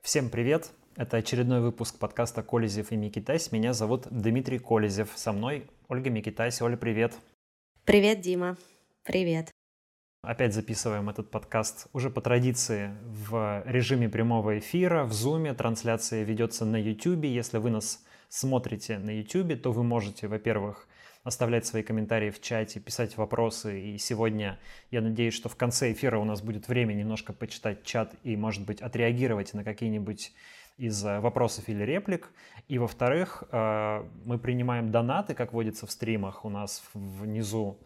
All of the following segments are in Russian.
Всем привет! Это очередной выпуск подкаста «Колезев и Микитась». Меня зовут Дмитрий Колезев. Со мной Ольга Микитась. Оля, привет! Привет, Дима. Привет. Опять записываем этот подкаст уже по традиции в режиме прямого эфира, в Zoom. Трансляция ведется на YouTube. Если вы нас смотрите на YouTube, то вы можете, во-первых, оставлять свои комментарии в чате, писать вопросы. И сегодня я надеюсь, что в конце эфира у нас будет время немножко почитать чат и, может быть, отреагировать на какие-нибудь из вопросов или реплик. И, во-вторых, мы принимаем донаты, как водится в стримах у нас внизу.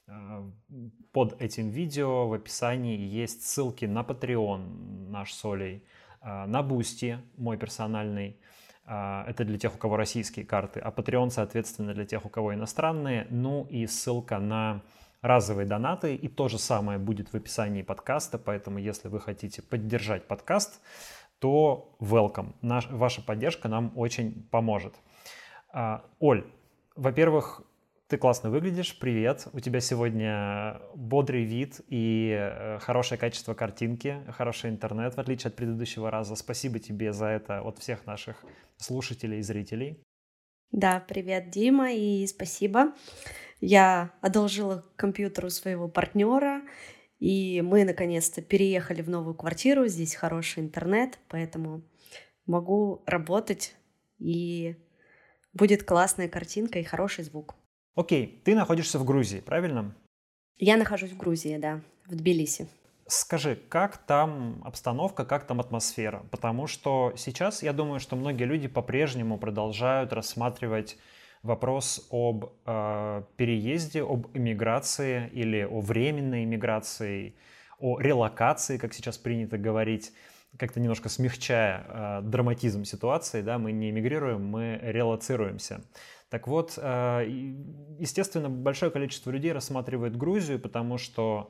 Под этим видео в описании есть ссылки на Patreon наш с Олей, на Boosty, мой персональный. Это для тех, у кого российские карты, а Patreon, соответственно, для тех, у кого иностранные. Ну и ссылка на разовые донаты. И то же самое будет в описании подкаста, поэтому если вы хотите поддержать подкаст, то welcome. Ваша поддержка нам очень поможет. Оль, во-первых, ты классно выглядишь, привет. У тебя сегодня бодрый вид и хорошее качество картинки, хороший интернет, в отличие от предыдущего раза. Спасибо тебе за это от всех наших слушателей и зрителей. Да, привет, Дима, и спасибо. Я одолжила компьютер у своего партнера, и мы наконец-то переехали в новую квартиру. Здесь хороший интернет, поэтому могу работать, и будет классная картинка и хороший звук. Окей, ты находишься в Грузии, правильно? Я нахожусь в Грузии, да, в Тбилиси. Скажи, как там обстановка, как там атмосфера? Потому что сейчас, я думаю, что многие люди по-прежнему продолжают рассматривать вопрос об переезде, об эмиграции или о временной эмиграции, о релокации, как сейчас принято говорить, как-то немножко смягчая драматизм ситуации, да, мы не эмигрируем, мы релоцируемся. Так вот, естественно, большое количество людей рассматривает Грузию, потому что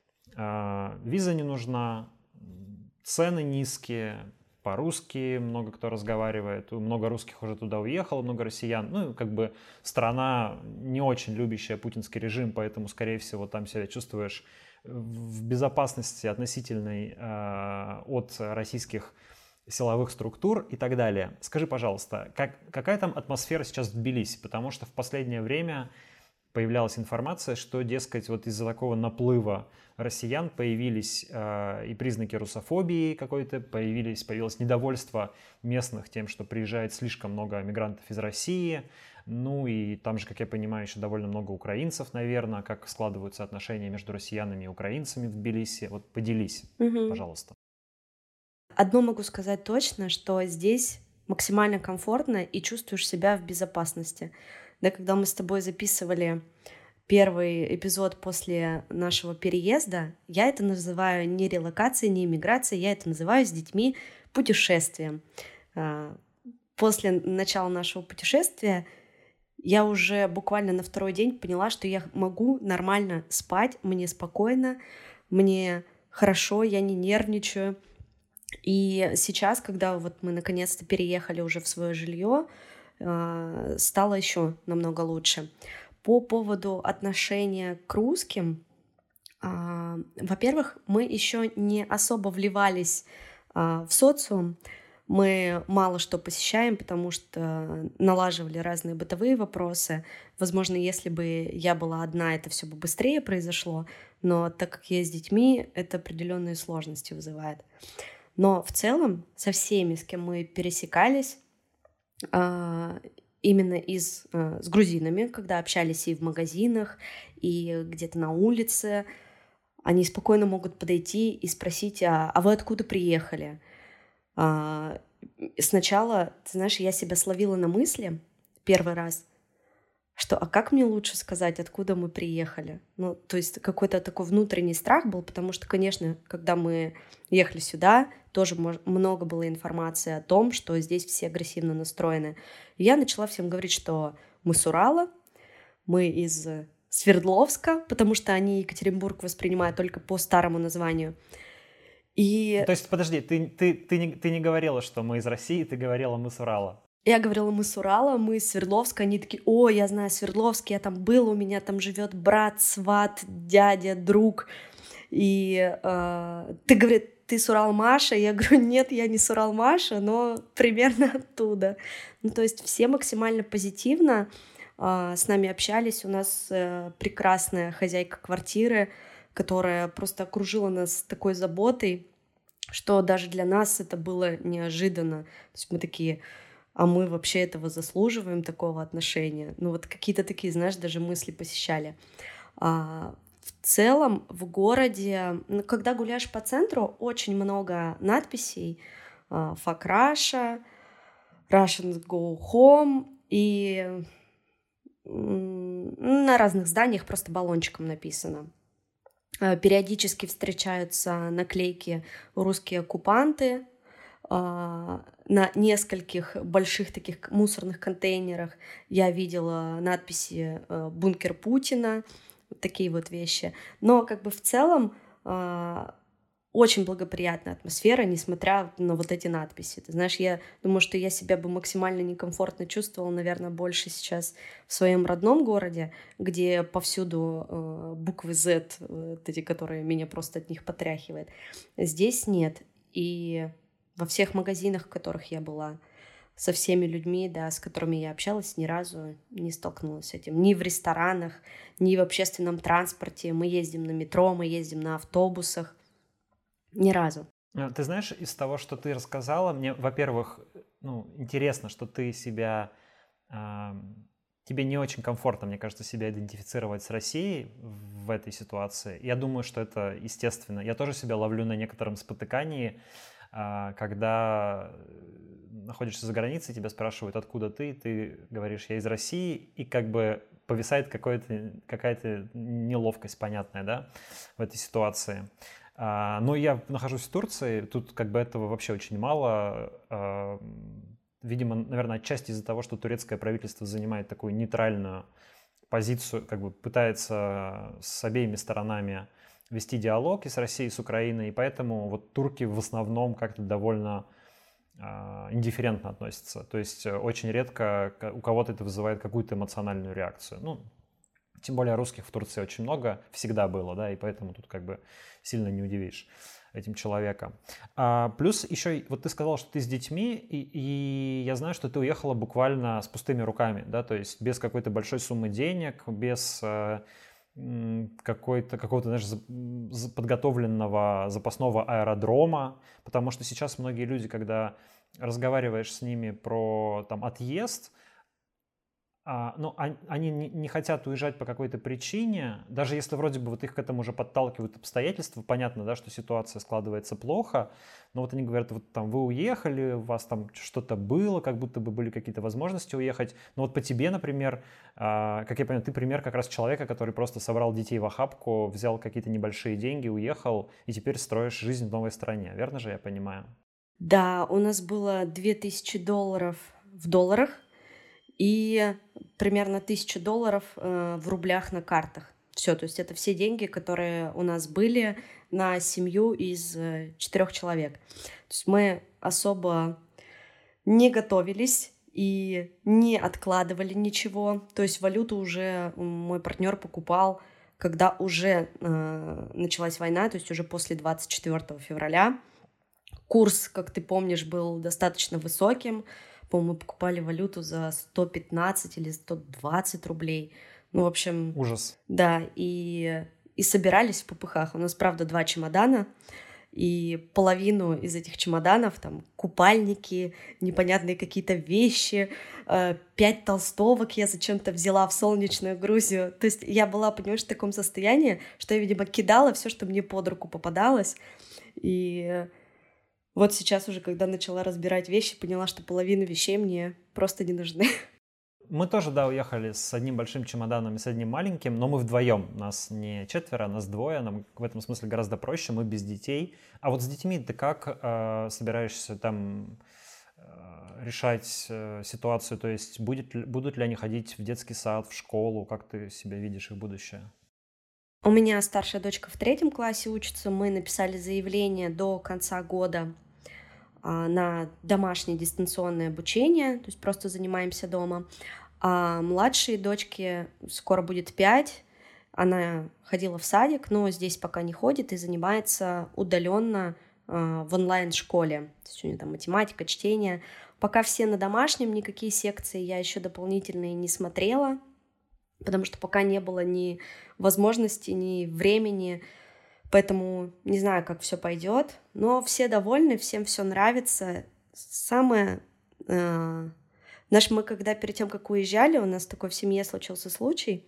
виза не нужна, цены низкие, по-русски много кто разговаривает, много русских уже туда уехало, много россиян. Ну, как бы страна не очень любящая путинский режим, поэтому, скорее всего, там себя чувствуешь в безопасности относительной от российских силовых структур и так далее. Скажи, пожалуйста, какая там атмосфера сейчас в Тбилиси? Потому что в последнее время появлялась информация, что, дескать, вот из-за такого наплыва россиян появились и признаки русофобии какой-то, появилось недовольство местных тем, что приезжает слишком много мигрантов из России. Ну и там же, как я понимаю, еще довольно много украинцев, наверное. Как складываются отношения между россиянами и украинцами в Тбилиси? Вот поделись, пожалуйста. Одно могу сказать точно, что здесь максимально комфортно и чувствуешь себя в безопасности. Да, когда мы с тобой записывали первый эпизод после нашего переезда, я это называю не релокацией, не иммиграцией, я это называю с детьми путешествием. После начала нашего путешествия я уже буквально на второй день поняла, что я могу нормально спать, мне спокойно, мне хорошо, я не нервничаю. И сейчас, когда вот мы наконец-то переехали уже в свое жилье, стало еще намного лучше. По поводу отношения к русским, во-первых, мы еще не особо вливались в социум, мы мало что посещаем, потому что налаживали разные бытовые вопросы. Возможно, если бы я была одна, это все бы быстрее произошло, но так как я с детьми, это определенные сложности вызывает. Но в целом со всеми, с кем мы пересекались, именно с грузинами, когда общались и в магазинах, и где-то на улице, они спокойно могут подойти и спросить, а вы откуда приехали? Сначала, ты знаешь, я себя словила на мысли первый раз, что а как мне лучше сказать, откуда мы приехали? Ну, то есть какой-то такой внутренний страх был, потому что, конечно, когда мы ехали сюда, тоже много было информации о том, что здесь все агрессивно настроены. И я начала всем говорить, что мы с Урала, мы из Свердловска, потому что они Екатеринбург воспринимают только по старому названию. И... То есть, подожди, ты не говорила, что мы из России, ты говорила, мы с Урала. Я говорила, мы с Урала, мы из Свердловска. Они такие, о, я знаю Свердловск, я там был, у меня там живет брат, сват, дядя, друг. И ты ты Сурал-Маша? Я говорю, нет, я не Сурал-Маша, но примерно оттуда. Ну, то есть все максимально позитивно с нами общались. У нас прекрасная хозяйка квартиры, которая просто окружила нас такой заботой, что даже для нас это было неожиданно. То есть мы такие, а мы вообще этого заслуживаем, такого отношения? Ну вот какие-то такие, знаешь, даже мысли посещали. В целом в городе, ну, когда гуляешь по центру, очень много надписей «Fuck Russia», «Russians go home», и на разных зданиях просто баллончиком написано. Периодически встречаются наклейки «Русские оккупанты». На нескольких больших таких мусорных контейнерах я видела надписи «Бункер Путина», вот такие вот вещи. Но как бы в целом очень благоприятная атмосфера, несмотря на вот эти надписи. Ты знаешь, я думаю, что я себя бы максимально некомфортно чувствовала, наверное, больше сейчас в своем родном городе, где повсюду буквы Z, вот эти, которые меня просто от них потряхивает. Здесь нет. И во всех магазинах, в которых я была, со всеми людьми, да, с которыми я общалась, ни разу не столкнулась с этим. Ни в ресторанах, ни в общественном транспорте. Мы ездим на метро, мы ездим на автобусах. Ни разу. Ты знаешь, из того, что ты рассказала, мне, во-первых, интересно, что ты себя... тебе не очень комфортно, мне кажется, себя идентифицировать с Россией в этой ситуации. Я думаю, что это естественно. Я тоже себя ловлю на некотором спотыкании, когда находишься за границей, тебя спрашивают, откуда ты говоришь, я из России, и как бы повисает какая-то неловкость понятная, да, в этой ситуации. Но я нахожусь в Турции, тут как бы этого вообще очень мало. Видимо, наверное, отчасти из-за того, что турецкое правительство занимает такую нейтральную позицию, как бы пытается с обеими сторонами вести диалог и с Россией, и с Украиной, и поэтому вот турки в основном как-то довольно индифферентно относятся. То есть очень редко у кого-то это вызывает какую-то эмоциональную реакцию. Ну, тем более русских в Турции очень много, всегда было, да, и поэтому тут как бы сильно не удивишь этим человека. Плюс еще, вот ты сказала, что ты с детьми, и я знаю, что ты уехала буквально с пустыми руками, да, то есть без какой-то большой суммы денег, без какого-то, знаешь, подготовленного запасного аэродрома, потому что сейчас многие люди, когда разговариваешь с ними про там отъезд, но они не хотят уезжать по какой-то причине, даже если вроде бы вот их к этому уже подталкивают обстоятельства, понятно, да, что ситуация складывается плохо, но вот они говорят, вот там вы уехали, у вас там что-то было, как будто бы были какие-то возможности уехать, но вот по тебе, например, как я понимаю, ты пример как раз человека, который просто собрал детей в охапку, взял какие-то небольшие деньги, уехал, и теперь строишь жизнь в новой стране, верно же я понимаю? Да, у нас было $2000 в долларах, и примерно $1000 в рублях на картах. Все, то есть это все деньги, которые у нас были на семью из 4 человек. То есть мы особо не готовились и не откладывали ничего. То есть валюту уже мой партнер покупал, когда уже началась война, то есть уже после 24 февраля. Курс, как ты помнишь, был достаточно высоким. По-моему, мы покупали валюту за 115 или 120 рублей. Ну, в общем... Ужас. Да, и собирались в попыхах. У нас, правда, 2 чемодана, и половину из этих чемоданов, там, купальники, непонятные какие-то вещи, 5 толстовок я зачем-то взяла в солнечную Грузию. То есть я была, понимаешь, в таком состоянии, что я, видимо, кидала все, что мне под руку попадалось. И... Вот сейчас уже, когда начала разбирать вещи, поняла, что половина вещей мне просто не нужны. Мы тоже, да, уехали с одним большим чемоданом и с одним маленьким, но мы вдвоем, нас не 4, нас 2, нам в этом смысле гораздо проще, мы без детей. А вот с детьми ты как собираешься там решать ситуацию, то есть будут ли они ходить в детский сад, в школу, как ты себя видишь их будущее? У меня старшая дочка в 3 классе учится, мы написали заявление до конца года на домашнее дистанционное обучение, то есть просто занимаемся дома. А младшей дочке скоро будет 5, она ходила в садик, но здесь пока не ходит и занимается удаленно в онлайн-школе. То есть у нее там математика, чтение. Пока все на домашнем, никакие секции я еще дополнительные не смотрела, потому что пока не было ни возможности, ни времени. Поэтому не знаю, как все пойдет. Но все довольны, всем все нравится. Самое... мы когда перед тем, как уезжали, у нас такой в семье случился случай.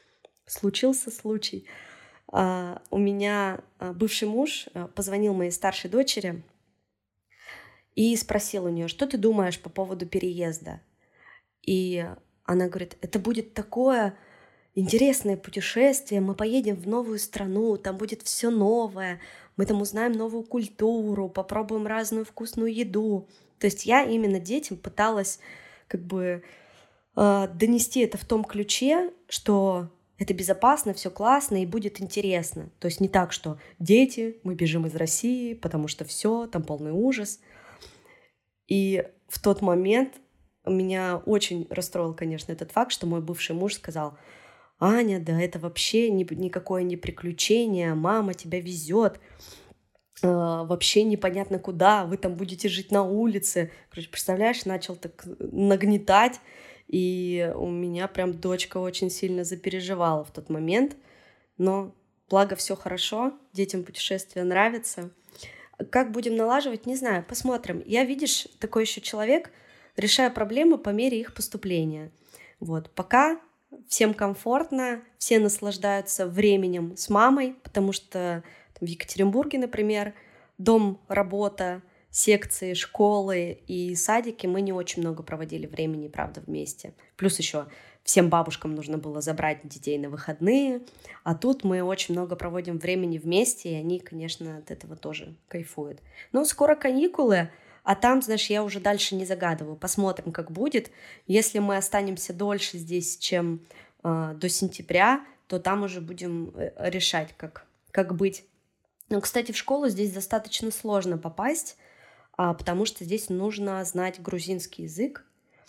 У меня бывший муж позвонил моей старшей дочери и спросил у нее, что ты думаешь по поводу переезда? И она говорит, это будет такое интересное путешествие, мы поедем в новую страну, там будет все новое, мы там узнаем новую культуру, попробуем разную вкусную еду. То есть я именно детям пыталась как бы донести это в том ключе, что это безопасно, все классно и будет интересно. То есть не так, что дети, мы бежим из России, потому что все, там полный ужас. И в тот момент меня очень расстроил, конечно, этот факт, что мой бывший муж сказал: Аня, да это вообще никакое не приключение, мама тебя везет, вообще непонятно куда, вы там будете жить на улице. Короче, представляешь, начал так нагнетать, и у меня прям дочка очень сильно запереживала в тот момент, но благо все хорошо, детям путешествие нравится. Как будем налаживать, не знаю, посмотрим. Я, видишь, такой еще человек, решаю проблемы по мере их поступления. Вот, пока всем комфортно, все наслаждаются временем с мамой, потому что в Екатеринбурге, например, дом, работа, секции, школы и садики мы не очень много проводили времени, правда, вместе. Плюс еще всем бабушкам нужно было забрать детей на выходные, а тут мы очень много проводим времени вместе, и они, конечно, от этого тоже кайфуют. Но скоро каникулы, а там, знаешь, я уже дальше не загадываю. Посмотрим, как будет. Если мы останемся дольше здесь, чем до сентября, то там уже будем решать, как быть. Но, кстати, в школу здесь достаточно сложно попасть, потому что здесь нужно знать грузинский язык.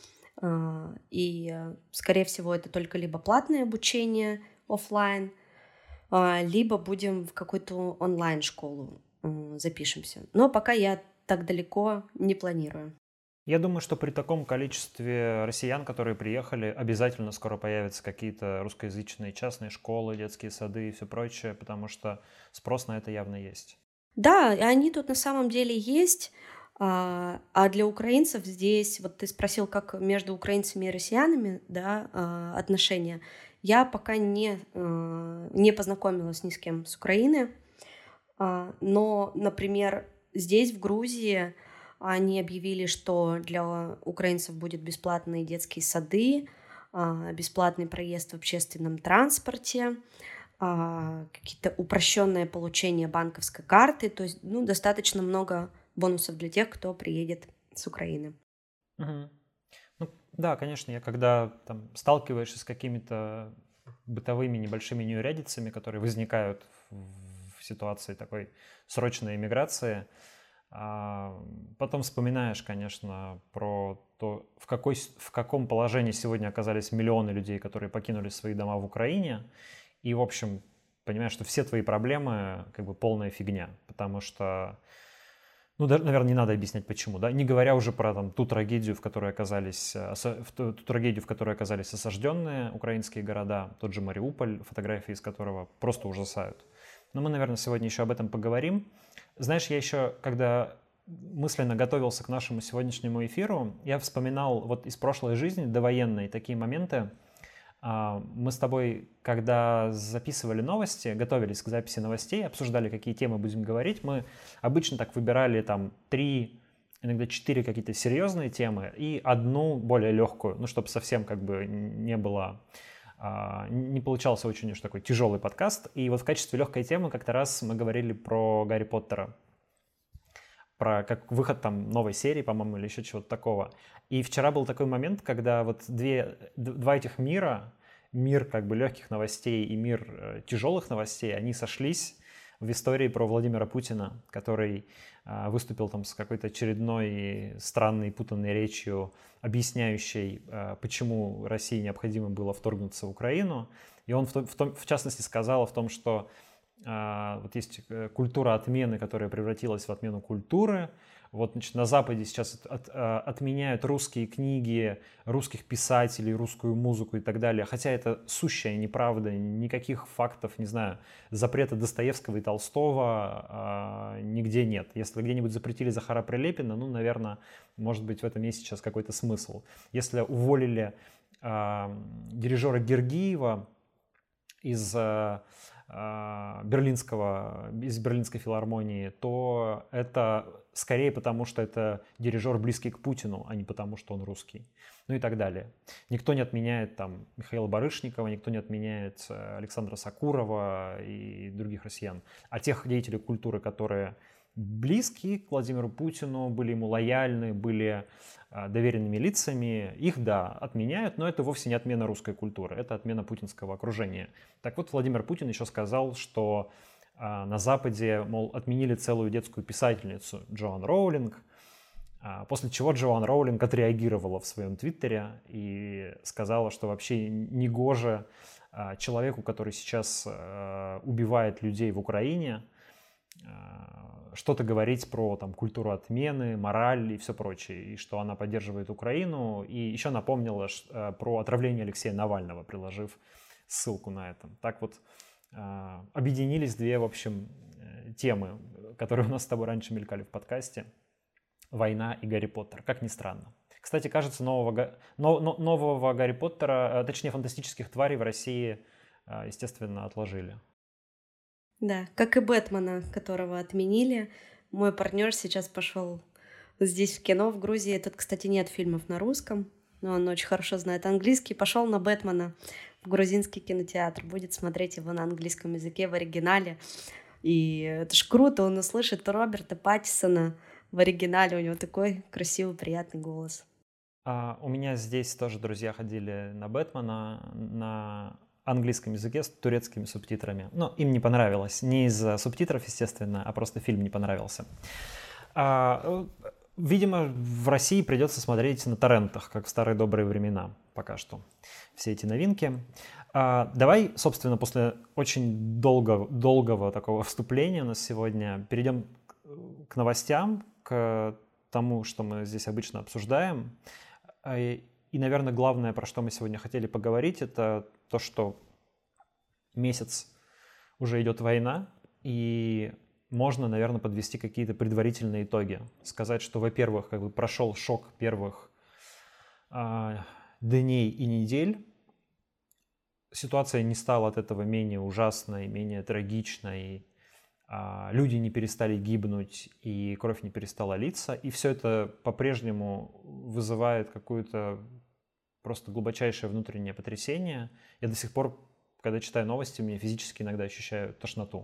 И, скорее всего, это только либо платное обучение офлайн, либо будем в какую-то онлайн-школу запишемся. Но пока я так далеко не планирую. Я думаю, что при таком количестве россиян, которые приехали, обязательно скоро появятся какие-то русскоязычные частные школы, детские сады и все прочее, потому что спрос на это явно есть. Да, и они тут на самом деле есть, а для украинцев здесь, вот ты спросил, как между украинцами и россиянами, да, отношения. Я пока не познакомилась ни с кем с Украины, но, например, здесь, в Грузии, они объявили, что для украинцев будут бесплатные детские сады, бесплатный проезд в общественном транспорте, какие-то упрощенное получение банковской карты. То есть, достаточно много бонусов для тех, кто приедет с Украины. Угу. Ну, да, конечно, я когда там сталкиваешься с какими-то бытовыми небольшими неурядицами, которые возникают в ситуации такой срочной эмиграции, потом вспоминаешь, конечно, про то, в каком положении сегодня оказались миллионы людей, которые покинули свои дома в Украине, и, в общем, понимаешь, что все твои проблемы как бы полная фигня, потому что, наверное, не надо объяснять почему, да, не говоря уже про ту трагедию, в которой оказались осажденные украинские города, тот же Мариуполь, фотографии из которого просто ужасают. Но мы, наверное, сегодня еще об этом поговорим. Знаешь, я еще, когда мысленно готовился к нашему сегодняшнему эфиру, я вспоминал вот из прошлой жизни, довоенной, такие моменты. Мы с тобой, когда записывали новости, готовились к записи новостей, обсуждали, какие темы будем говорить, мы обычно так выбирали там 3, иногда 4 какие-то серьезные темы и одну более легкую, чтобы совсем как бы не получался очень уж такой тяжелый подкаст. И вот в качестве легкой темы как-то раз мы говорили про Гарри Поттера, про как выход там новой серии, по-моему, или еще чего-то такого. И вчера был такой момент, когда вот два этих мира, мир как бы легких новостей и мир тяжелых новостей, они сошлись в истории про Владимира Путина, который выступил там с какой-то очередной странной, путанной речью, объясняющей, почему России необходимо было вторгнуться в Украину. И он в частности сказал о том, что Вот есть культура отмены, которая превратилась в отмену культуры. Вот, значит, на Западе сейчас отменяют русские книги, русских писателей, русскую музыку и так далее. Хотя это сущая неправда, никаких фактов, не знаю, запрета Достоевского и Толстого нигде нет. Если где-нибудь запретили Захара Прилепина, ну, наверное, может быть, в этом есть сейчас какой-то смысл. Если уволили дирижера Гергиева из Берлинской филармонии, то это скорее потому, что это дирижер близкий к Путину, а не потому, что он русский. Ну и так далее. Никто не отменяет там Михаила Барышникова, никто не отменяет Александра Сакурова и других россиян. А тех деятелей культуры, которые близкие к Владимиру Путину, были ему лояльны, были доверенными лицами, их, да, отменяют, но это вовсе не отмена русской культуры, это отмена путинского окружения. Так вот, Владимир Путин еще сказал, что на Западе, мол, отменили целую детскую писательницу Джоан Роулинг, после чего Джоан Роулинг отреагировала в своем твиттере и сказала, что вообще негоже человеку, который сейчас убивает людей в Украине, что-то говорить про там, культуру отмены, мораль и все прочее, и что она поддерживает Украину, и еще напомнила про отравление Алексея Навального, приложив ссылку на это. Так вот, объединились две, в общем, темы, которые у нас с тобой раньше мелькали в подкасте. Война и Гарри Поттер, как ни странно. Кстати, кажется, нового Гарри Поттера, точнее, фантастических тварей в России, естественно, отложили. Да, как и Бэтмена, которого отменили. Мой партнер сейчас пошел здесь в кино в Грузии. Тут, кстати, нет фильмов на русском, но он очень хорошо знает английский. Пошел на Бэтмена в грузинский кинотеатр. Будет смотреть его на английском языке в оригинале. И это ж круто, он услышит Роберта Паттинсона в оригинале. У него такой красивый, приятный голос. У меня здесь тоже друзья ходили на Бэтмена на английском языке с турецкими субтитрами. Но им не понравилось. Не из-за субтитров, естественно, а просто фильм не понравился. Видимо, в России придется смотреть на торрентах, как в старые добрые времена пока что. Все эти новинки. Давай, собственно, после очень долгого такого вступления у нас сегодня перейдем к новостям, к тому, что мы здесь обычно обсуждаем. И, наверное, главное, про что мы сегодня хотели поговорить, это то, что месяц уже идет война, и можно, наверное, подвести какие-то предварительные итоги. Сказать, что, во-первых, как бы прошел шок первых дней и недель. Ситуация не стала от этого менее ужасной, менее трагичной. Люди не перестали гибнуть, и кровь не перестала литься. И все это по-прежнему вызывает какое-то просто глубочайшее внутреннее потрясение. Я до сих пор, когда читаю новости, мне физически иногда ощущаю тошноту.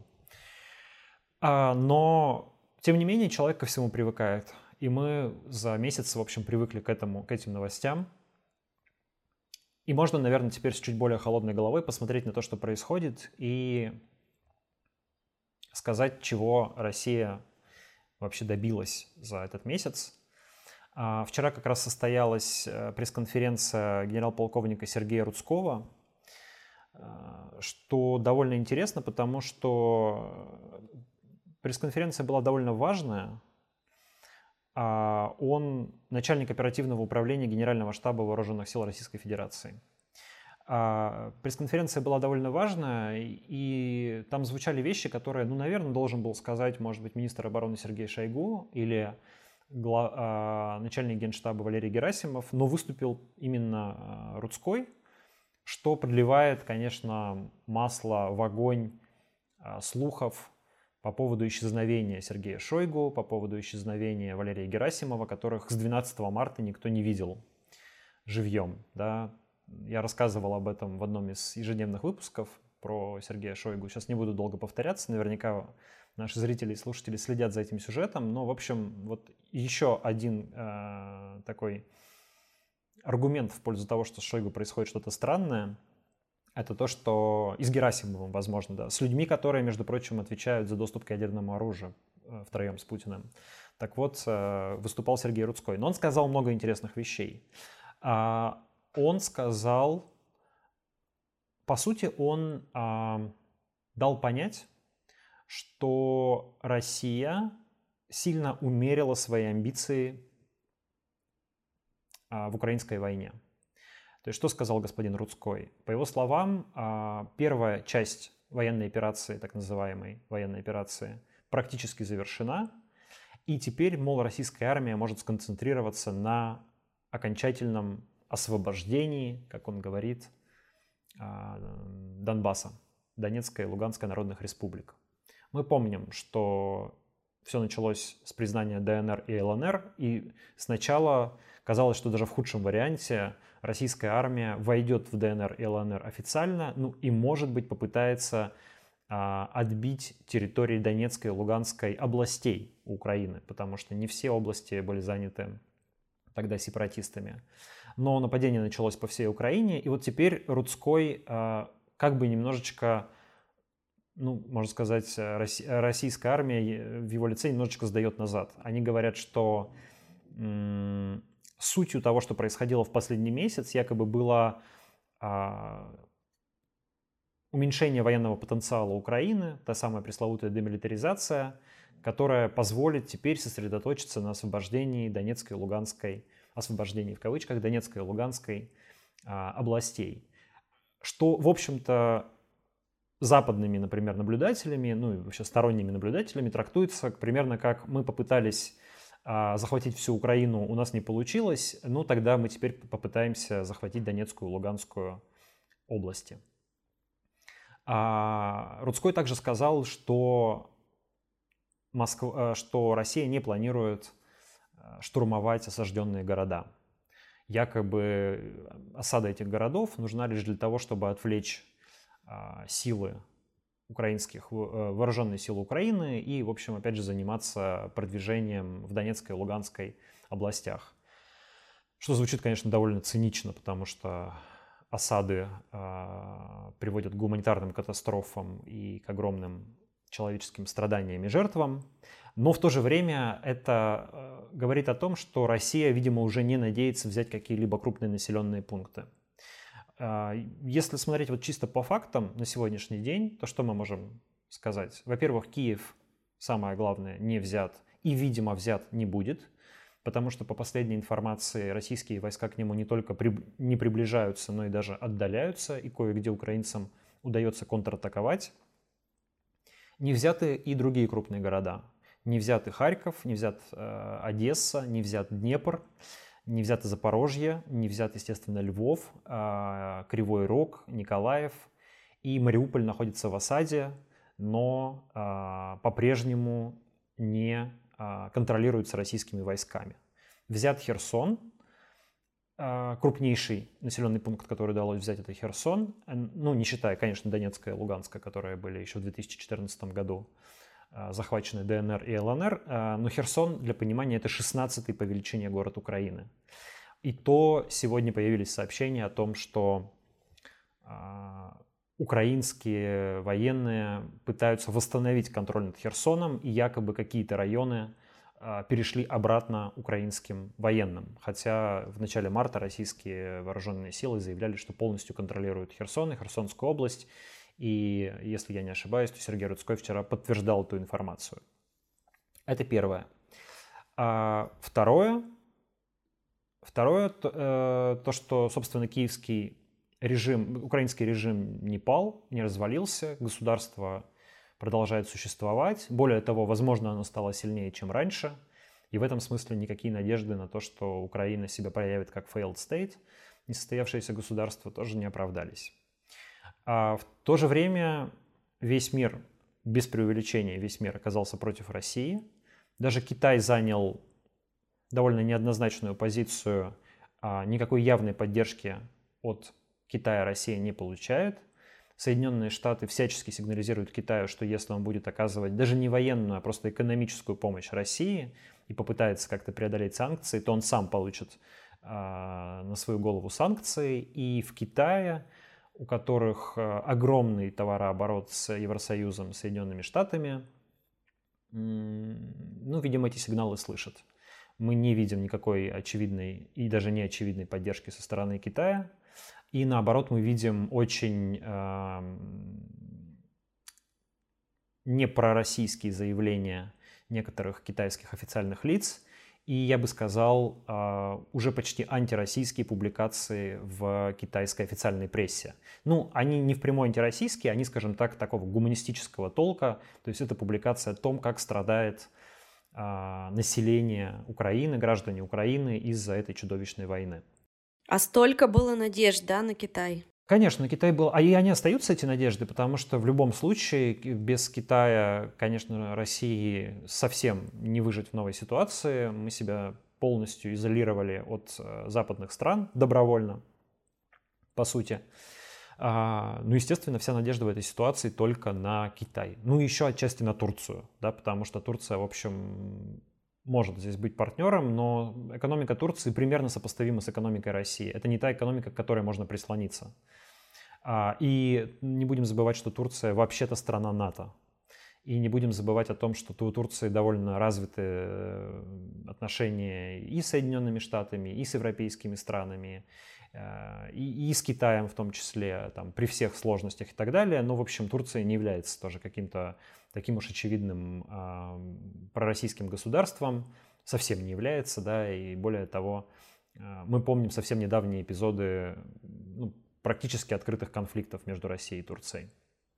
Но, тем не менее, человек ко всему привыкает. И мы за месяц, в общем, привыкли к этим новостям. И можно, наверное, теперь с чуть более холодной головой посмотреть на то, что происходит, и сказать, чего Россия вообще добилась за этот месяц. Вчера как раз состоялась пресс-конференция генерал-полковника Сергея Рудского, что довольно интересно, потому что пресс-конференция была довольно важная. Он начальник оперативного управления Генерального штаба Вооруженных сил Российской Федерации. Пресс-конференция была довольно важная, и там звучали вещи, которые, наверное, должен был сказать, может быть, министр обороны Сергей Шойгу или начальник генштаба Валерий Герасимов, но выступил именно Рудской, что подливает, конечно, масло в огонь слухов по поводу исчезновения Сергея Шойгу, по поводу исчезновения Валерия Герасимова, которых с 12 марта никто не видел живьем. Да? Я рассказывал об этом в одном из ежедневных выпусков про Сергея Шойгу. Сейчас не буду долго повторяться, наверняка наши зрители и слушатели следят за этим сюжетом. Но, в общем, вот еще один такой аргумент в пользу того, что с Шойгу происходит что-то странное, это то, что и с Герасимовым, возможно, да, с людьми, которые, между прочим, отвечают за доступ к ядерному оружию втроем с Путиным. Так вот, выступал Сергей Рудской. Но он сказал много интересных вещей. Он сказал, по сути, он дал понять, что Россия сильно умерила свои амбиции в украинской войне. То есть что сказал господин Рудской? По его словам, первая часть военной операции, так называемой военной операции, практически завершена. И теперь, мол, российская армия может сконцентрироваться на окончательном освобождении, как он говорит, Донбасса, Донецкой и Луганской народных республик. Мы помним, что все началось с признания ДНР и ЛНР, и сначала казалось, что даже в худшем варианте российская армия войдет в ДНР и ЛНР официально, и, может быть, попытается отбить территории Донецкой и Луганской областей Украины, потому что не все области были заняты тогда сепаратистами. Но нападение началось по всей Украине, и вот теперь Рудской как бы немножечко, можно сказать, российская армия в его лице немножечко сдает назад. Они говорят, что сутью того, что происходило в последний месяц, якобы было уменьшение военного потенциала Украины, та самая пресловутая демилитаризация, которая позволит теперь сосредоточиться на освобождении Донецкой и Луганской, освобождении в кавычках, Донецкой и Луганской областей. Что, в общем-то, западными, например, наблюдателями, и вообще сторонними наблюдателями трактуется примерно как: мы попытались захватить всю Украину, у нас не получилось, тогда мы теперь попытаемся захватить Донецкую и Луганскую области. Рудской также сказал, что Россия не планирует штурмовать осажденные города. Якобы осада этих городов нужна лишь для того, чтобы отвлечь силы украинских, вооруженные силы Украины и, в общем, опять же, заниматься продвижением в Донецкой и Луганской областях. Что звучит, конечно, довольно цинично, потому что осады приводят к гуманитарным катастрофам и к огромным человеческим страданиям и жертвам. Но в то же время это говорит о том, что Россия, видимо, уже не надеется взять какие-либо крупные населенные пункты. Если смотреть вот чисто по фактам на сегодняшний день, то что мы можем сказать? Во-первых, Киев, самое главное, не взят и, видимо, взят не будет, потому что, по последней информации, российские войска к нему не только не приближаются, но и даже отдаляются, и кое-где украинцам удается контратаковать. Не взяты и другие крупные города. Не взяты Харьков, не взят Одесса, не взят Днепр, не взято Запорожье, не взят, естественно, Львов, Кривой Рог, Николаев. И Мариуполь находится в осаде, но по-прежнему не контролируется российскими войсками. Взят Херсон, крупнейший населенный пункт, который удалось взять, это Херсон. Не считая, конечно, Донецкая и Луганская, которые были еще в 2014 году захвачены ДНР и ЛНР. Но Херсон, для понимания, это 16-й по величине город Украины. И то сегодня появились сообщения о том, что украинские военные пытаются восстановить контроль над Херсоном, и якобы какие-то районы перешли обратно украинским военным. Хотя в начале марта российские вооруженные силы заявляли, что полностью контролируют Херсон и Херсонскую область. И, если я не ошибаюсь, то Сергей Рудской вчера подтверждал эту информацию. Это первое. Второе, то, что, собственно, киевский режим, украинский режим не пал, не развалился, государство продолжает существовать. Более того, возможно, оно стало сильнее, чем раньше. И в этом смысле никакие надежды на то, что Украина себя проявит как failed state, несостоявшееся государство, тоже не оправдались. А в то же время весь мир, без преувеличения, весь мир оказался против России. Даже Китай занял довольно неоднозначную позицию. Никакой явной поддержки от Китая Россия не получает. Соединенные Штаты всячески сигнализируют Китаю, что если он будет оказывать даже не военную, а просто экономическую помощь России и попытается как-то преодолеть санкции, то он сам получит на свою голову санкции. И в Китае, у которых огромный товарооборот с Евросоюзом, Соединенными Штатами, видимо, эти сигналы слышат. Мы не видим никакой очевидной и даже неочевидной поддержки со стороны Китая. И наоборот, мы видим очень не пророссийские заявления некоторых китайских официальных лиц, и, я бы сказал, уже почти антироссийские публикации в китайской официальной прессе. Ну, они не впрямую антироссийские, они, скажем так, такого гуманистического толка, то есть это публикация о том, как страдает население Украины, граждане Украины из-за этой чудовищной войны. А столько было надежд, да, на Китай? Конечно, Китай был, и они остаются, эти надежды, потому что в любом случае без Китая, конечно, России совсем не выжить в новой ситуации. Мы себя полностью изолировали от западных стран добровольно, по сути. Ну, естественно, вся надежда в этой ситуации только на Китай. Ну, еще отчасти на Турцию, да, потому что Турция, в общем, может здесь быть партнером, но экономика Турции примерно сопоставима с экономикой России. Это не та экономика, к которой можно прислониться. И не будем забывать, что Турция вообще-то страна НАТО. И не будем забывать о том, что у Турции довольно развиты отношения и с Соединенными Штатами, и с европейскими странами, и с Китаем в том числе, там, при всех сложностях и так далее. Но, в общем, Турция не является тоже каким-то таким уж очевидным пророссийским государством, совсем не является, да, и более того, мы помним совсем недавние эпизоды практически открытых конфликтов между Россией и Турцией.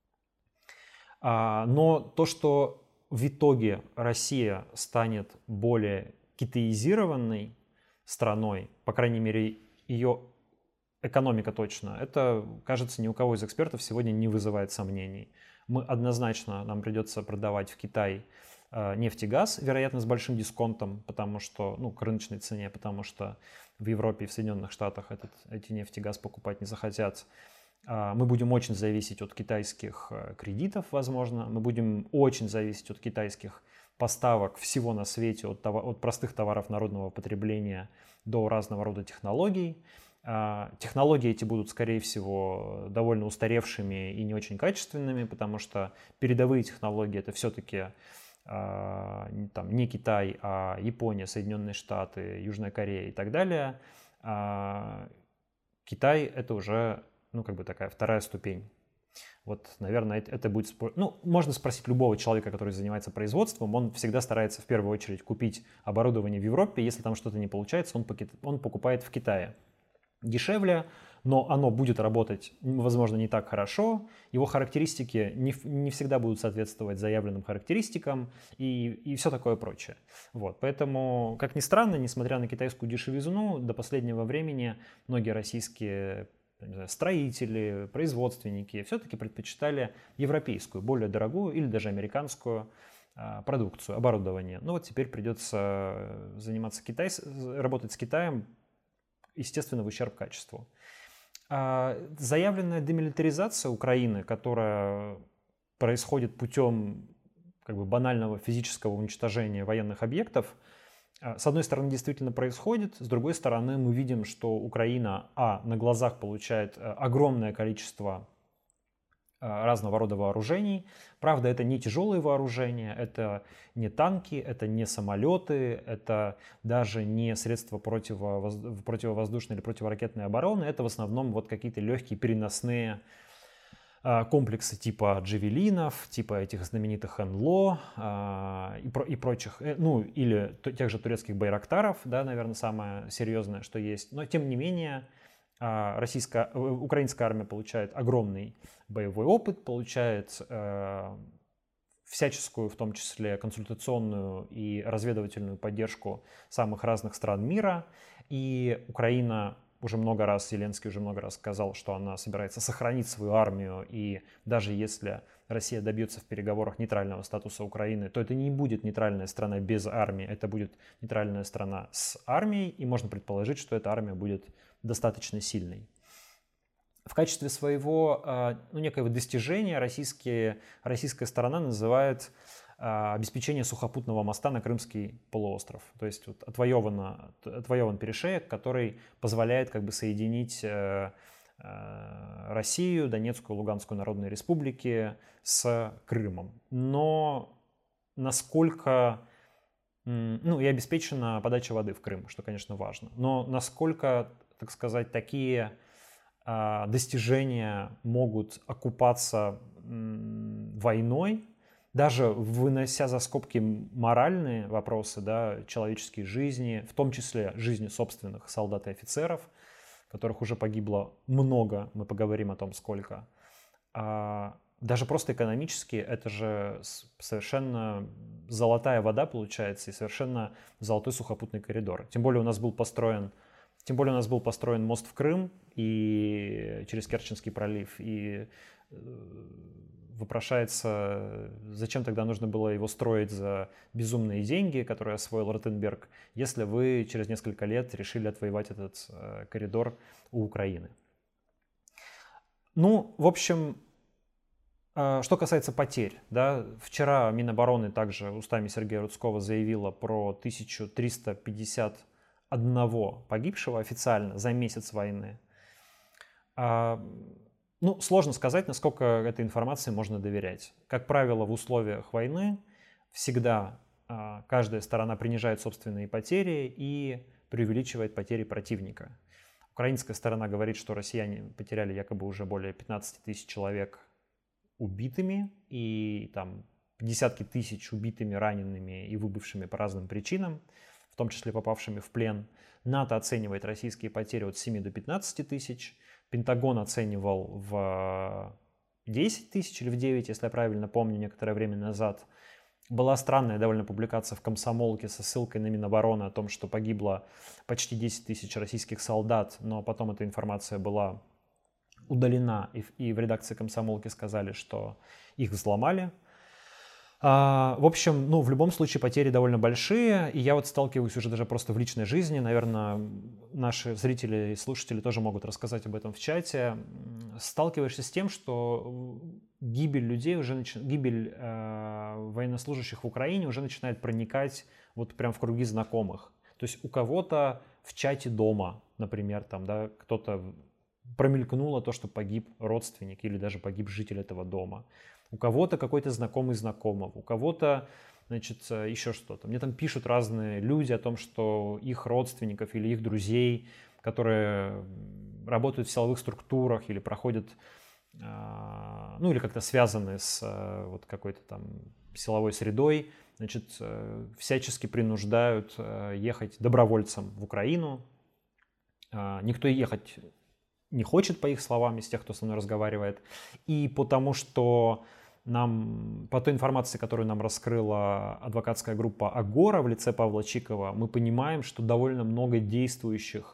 Но то, что в итоге Россия станет более китаизированной страной, по крайней мере, ее экономика точно, это, кажется, ни у кого из экспертов сегодня не вызывает сомнений. Нам придется продавать в Китай нефть и газ, вероятно, с большим дисконтом, потому что, к рыночной цене, потому что в Европе и в Соединенных Штатах эти нефть и газ покупать не захотят. Мы будем очень зависеть от китайских кредитов, возможно. Мы будем очень зависеть от китайских поставок всего на свете, от простых товаров народного потребления до разного рода технологий. Технологии эти будут, скорее всего, довольно устаревшими и не очень качественными, потому что передовые технологии — это все-таки не Китай, а Япония, Соединенные Штаты, Южная Корея и так далее. Китай — это уже, такая вторая ступень. Вот, наверное, это будет... можно спросить любого человека, который занимается производством, он всегда старается в первую очередь купить оборудование в Европе. Если там что-то не получается, он покупает в Китае. Дешевле, но оно будет работать, возможно, не так хорошо. Его характеристики не всегда будут соответствовать заявленным характеристикам и все такое прочее. Вот. Поэтому, как ни странно, несмотря на китайскую дешевизну, до последнего времени многие российские строители, производственники все-таки предпочитали европейскую, более дорогую или даже американскую продукцию, оборудование. Вот теперь придется работать с Китаем, естественно, в ущерб качеству. Заявленная демилитаризация Украины, которая происходит путем банального физического уничтожения военных объектов, с одной стороны, действительно происходит, с другой стороны, мы видим, что Украина, на глазах получает огромное количество разного рода вооружений. Правда, это не тяжелые вооружения, это не танки, это не самолеты, это даже не средства противовоздушной или противоракетной обороны, это в основном какие-то легкие переносные комплексы типа джавелинов, типа этих знаменитых НЛО и прочих, или тех же турецких байрактаров, да, наверное, самое серьезное, что есть. Но, тем не менее, украинская армия получает огромный боевой опыт, получает всяческую, в том числе консультационную и разведывательную поддержку самых разных стран мира. И Украина Зеленский уже много раз сказал, что она собирается сохранить свою армию, и даже если Россия добьется в переговорах нейтрального статуса Украины, то это не будет нейтральная страна без армии, это будет нейтральная страна с армией, и можно предположить, что эта армия будет достаточно сильной. В качестве своего некоего достижения российская сторона называет обеспечение сухопутного моста на Крымский полуостров. То есть отвоеван перешеек, который позволяет соединить Россию, Донецкую, Луганскую народные республики с Крымом. Но насколько... и обеспечена подача воды в Крым, что, конечно, важно. Но насколько, так сказать, такие достижения могут окупаться войной, даже вынося за скобки моральные вопросы, да, человеческие жизни, в том числе жизни собственных солдат и офицеров, которых уже погибло много, мы поговорим о том, сколько, даже просто экономически это же совершенно золотая вода получается и совершенно золотой сухопутный коридор. Тем более у нас был построен мост в Крым и через Керченский пролив, и вопрошается, зачем тогда нужно было его строить за безумные деньги, которые освоил Ротенберг, если вы через несколько лет решили отвоевать этот коридор у Украины. Ну, в общем, что касается потерь, да, вчера Минобороны также устами Сергея Рудского заявила про 1351 погибшего официально за месяц войны. Ну, сложно сказать, насколько этой информации можно доверять. Как правило, в условиях войны всегда каждая сторона принижает собственные потери и преувеличивает потери противника. Украинская сторона говорит, что россияне потеряли якобы уже более 15 тысяч человек убитыми и там десятки тысяч убитыми, ранеными и выбывшими по разным причинам, в том числе попавшими в плен. НАТО оценивает российские потери от 7 до 15 тысяч. Пентагон оценивал в 10 тысяч или в 9, если я правильно помню, некоторое время назад. Была странная довольно публикация в «Комсомолке» со ссылкой на Минобороны о том, что погибло почти 10 тысяч российских солдат, но потом эта информация была удалена, и в редакции «Комсомолки» сказали, что их взломали. В общем, ну, в любом случае потери довольно большие, и я вот сталкиваюсь уже даже просто в личной жизни, наверное, наши зрители и слушатели тоже могут рассказать об этом в чате. Сталкиваешься с тем, что гибель людей гибель военнослужащих в Украине уже начинает проникать вот прям в круги знакомых. То есть у кого-то в чате дома, например, там, да, кто-то промелькнуло то, что погиб родственник или даже погиб житель этого дома. У кого-то какой-то знакомый знакомого, у кого-то, значит, еще что-то. Мне там пишут разные люди о том, что их родственников или их друзей, которые работают в силовых структурах или проходят, ну или как-то связаны с вот какой-то там силовой средой, значит, всячески принуждают ехать добровольцем в Украину. Никто ехать не хочет, по их словам, из тех, кто со мной разговаривает. И потому что по той информации, которую нам раскрыла адвокатская группа «Агора» в лице Павла Чикова, мы понимаем, что довольно много действующих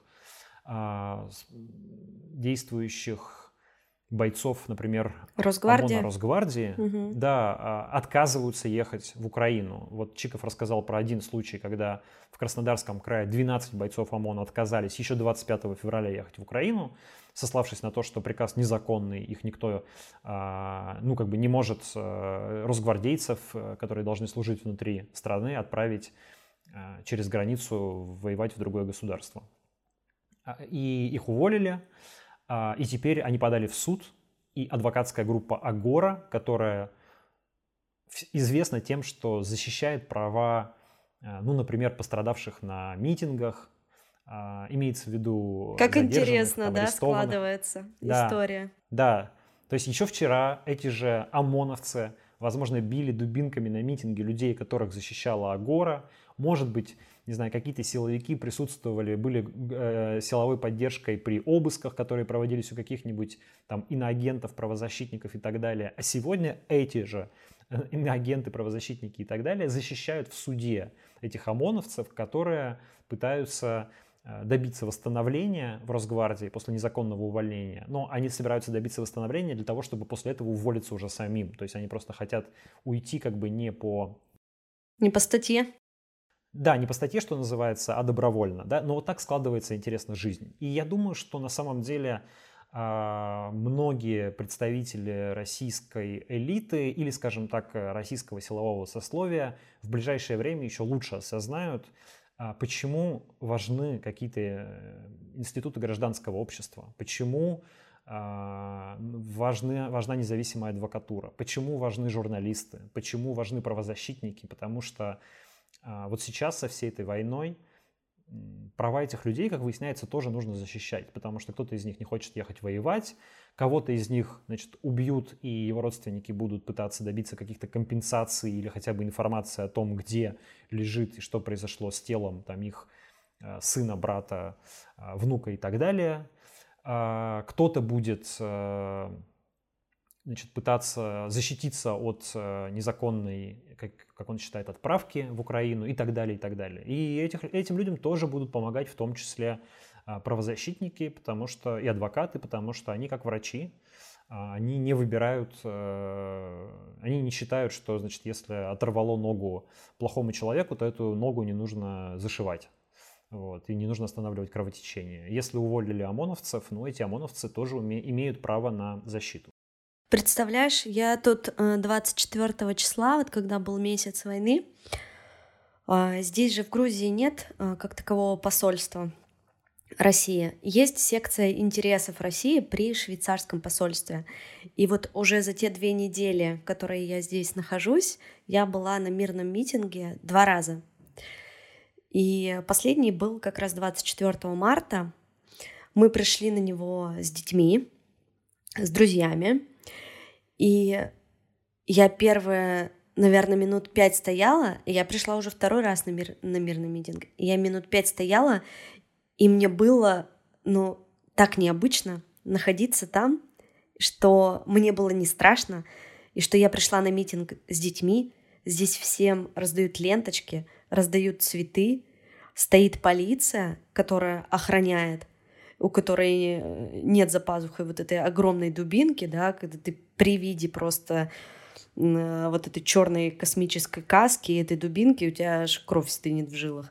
бойцов, например, ОМОНа, Росгвардии, да, отказываются ехать в Украину. Вот Чиков рассказал про один случай, когда в Краснодарском крае 12 бойцов ОМОНа отказались еще 25 февраля ехать в Украину, сославшись на то, что приказ незаконный, их никто, ну, как бы не может росгвардейцев, которые должны служить внутри страны, отправить через границу воевать в другое государство. И их уволили, и теперь они подали в суд, и адвокатская группа «Агора», которая известна тем, что защищает права, ну, например, пострадавших на митингах, имеется в виду как задержанных, интересно, там, да, складывается история. Да, то есть еще вчера эти же ОМОНовцы, возможно, били дубинками на митинге людей, которых защищала Агора. Может быть, не знаю, какие-то силовики присутствовали, были силовой поддержкой при обысках, которые проводились у каких-нибудь там иноагентов, правозащитников и так далее. А сегодня эти же иноагенты, правозащитники и так далее защищают в суде этих ОМОНовцев, которые пытаются добиться восстановления в Росгвардии после незаконного увольнения, но они собираются добиться восстановления для того, чтобы после этого уволиться уже самим. То есть они просто хотят уйти как бы не по статье. Да, не по статье, что называется, а добровольно. Да? Но вот так складывается, интересно, жизнь. И я думаю, что на самом деле многие представители российской элиты или, скажем так, российского силового сословия в ближайшее время еще лучше осознают, почему важны какие-то институты гражданского общества, почему важна независимая адвокатура, почему важны журналисты, почему важны правозащитники, потому что вот сейчас со всей этой войной права этих людей, как выясняется, тоже нужно защищать, потому что кто-то из них не хочет ехать воевать, кого-то из них, значит, убьют, и его родственники будут пытаться добиться каких-то компенсаций или хотя бы информации о том, где лежит и что произошло с телом там их сына, брата, внука и так далее. Кто-то будет, значит, пытаться защититься от незаконной, как он считает, отправки в Украину и так далее, и так далее. И этим людям тоже будут помогать в том числе правозащитники, потому что и адвокаты, потому что они как врачи, они не выбирают, они не считают, что, значит, если оторвало ногу плохому человеку, то эту ногу не нужно зашивать. Вот, и не нужно останавливать кровотечение. Если уволили ОМОНовцев, ну, эти ОМОНовцы тоже имеют право на защиту. Представляешь, я тут 24 числа, вот когда был месяц войны, здесь же в Грузии нет как такового посольства России. Есть секция интересов России при швейцарском посольстве. И вот уже за те 2 недели, которые я здесь нахожусь, я была на мирном митинге 2 раза. И последний был как раз 24 марта. Мы пришли на него с детьми, с друзьями. И я первые, наверное, минут 5 стояла, и я пришла уже 2-й раз на мирный митинг. И я минут 5 стояла, и мне было, так необычно находиться там, что мне было не страшно, и что я пришла на митинг с детьми, здесь всем раздают ленточки, раздают цветы, стоит полиция, которая охраняет, у которой нет за пазухой вот этой огромной дубинки, да, когда ты при виде просто вот этой черной космической каски и этой дубинки у тебя аж кровь стынет в жилах.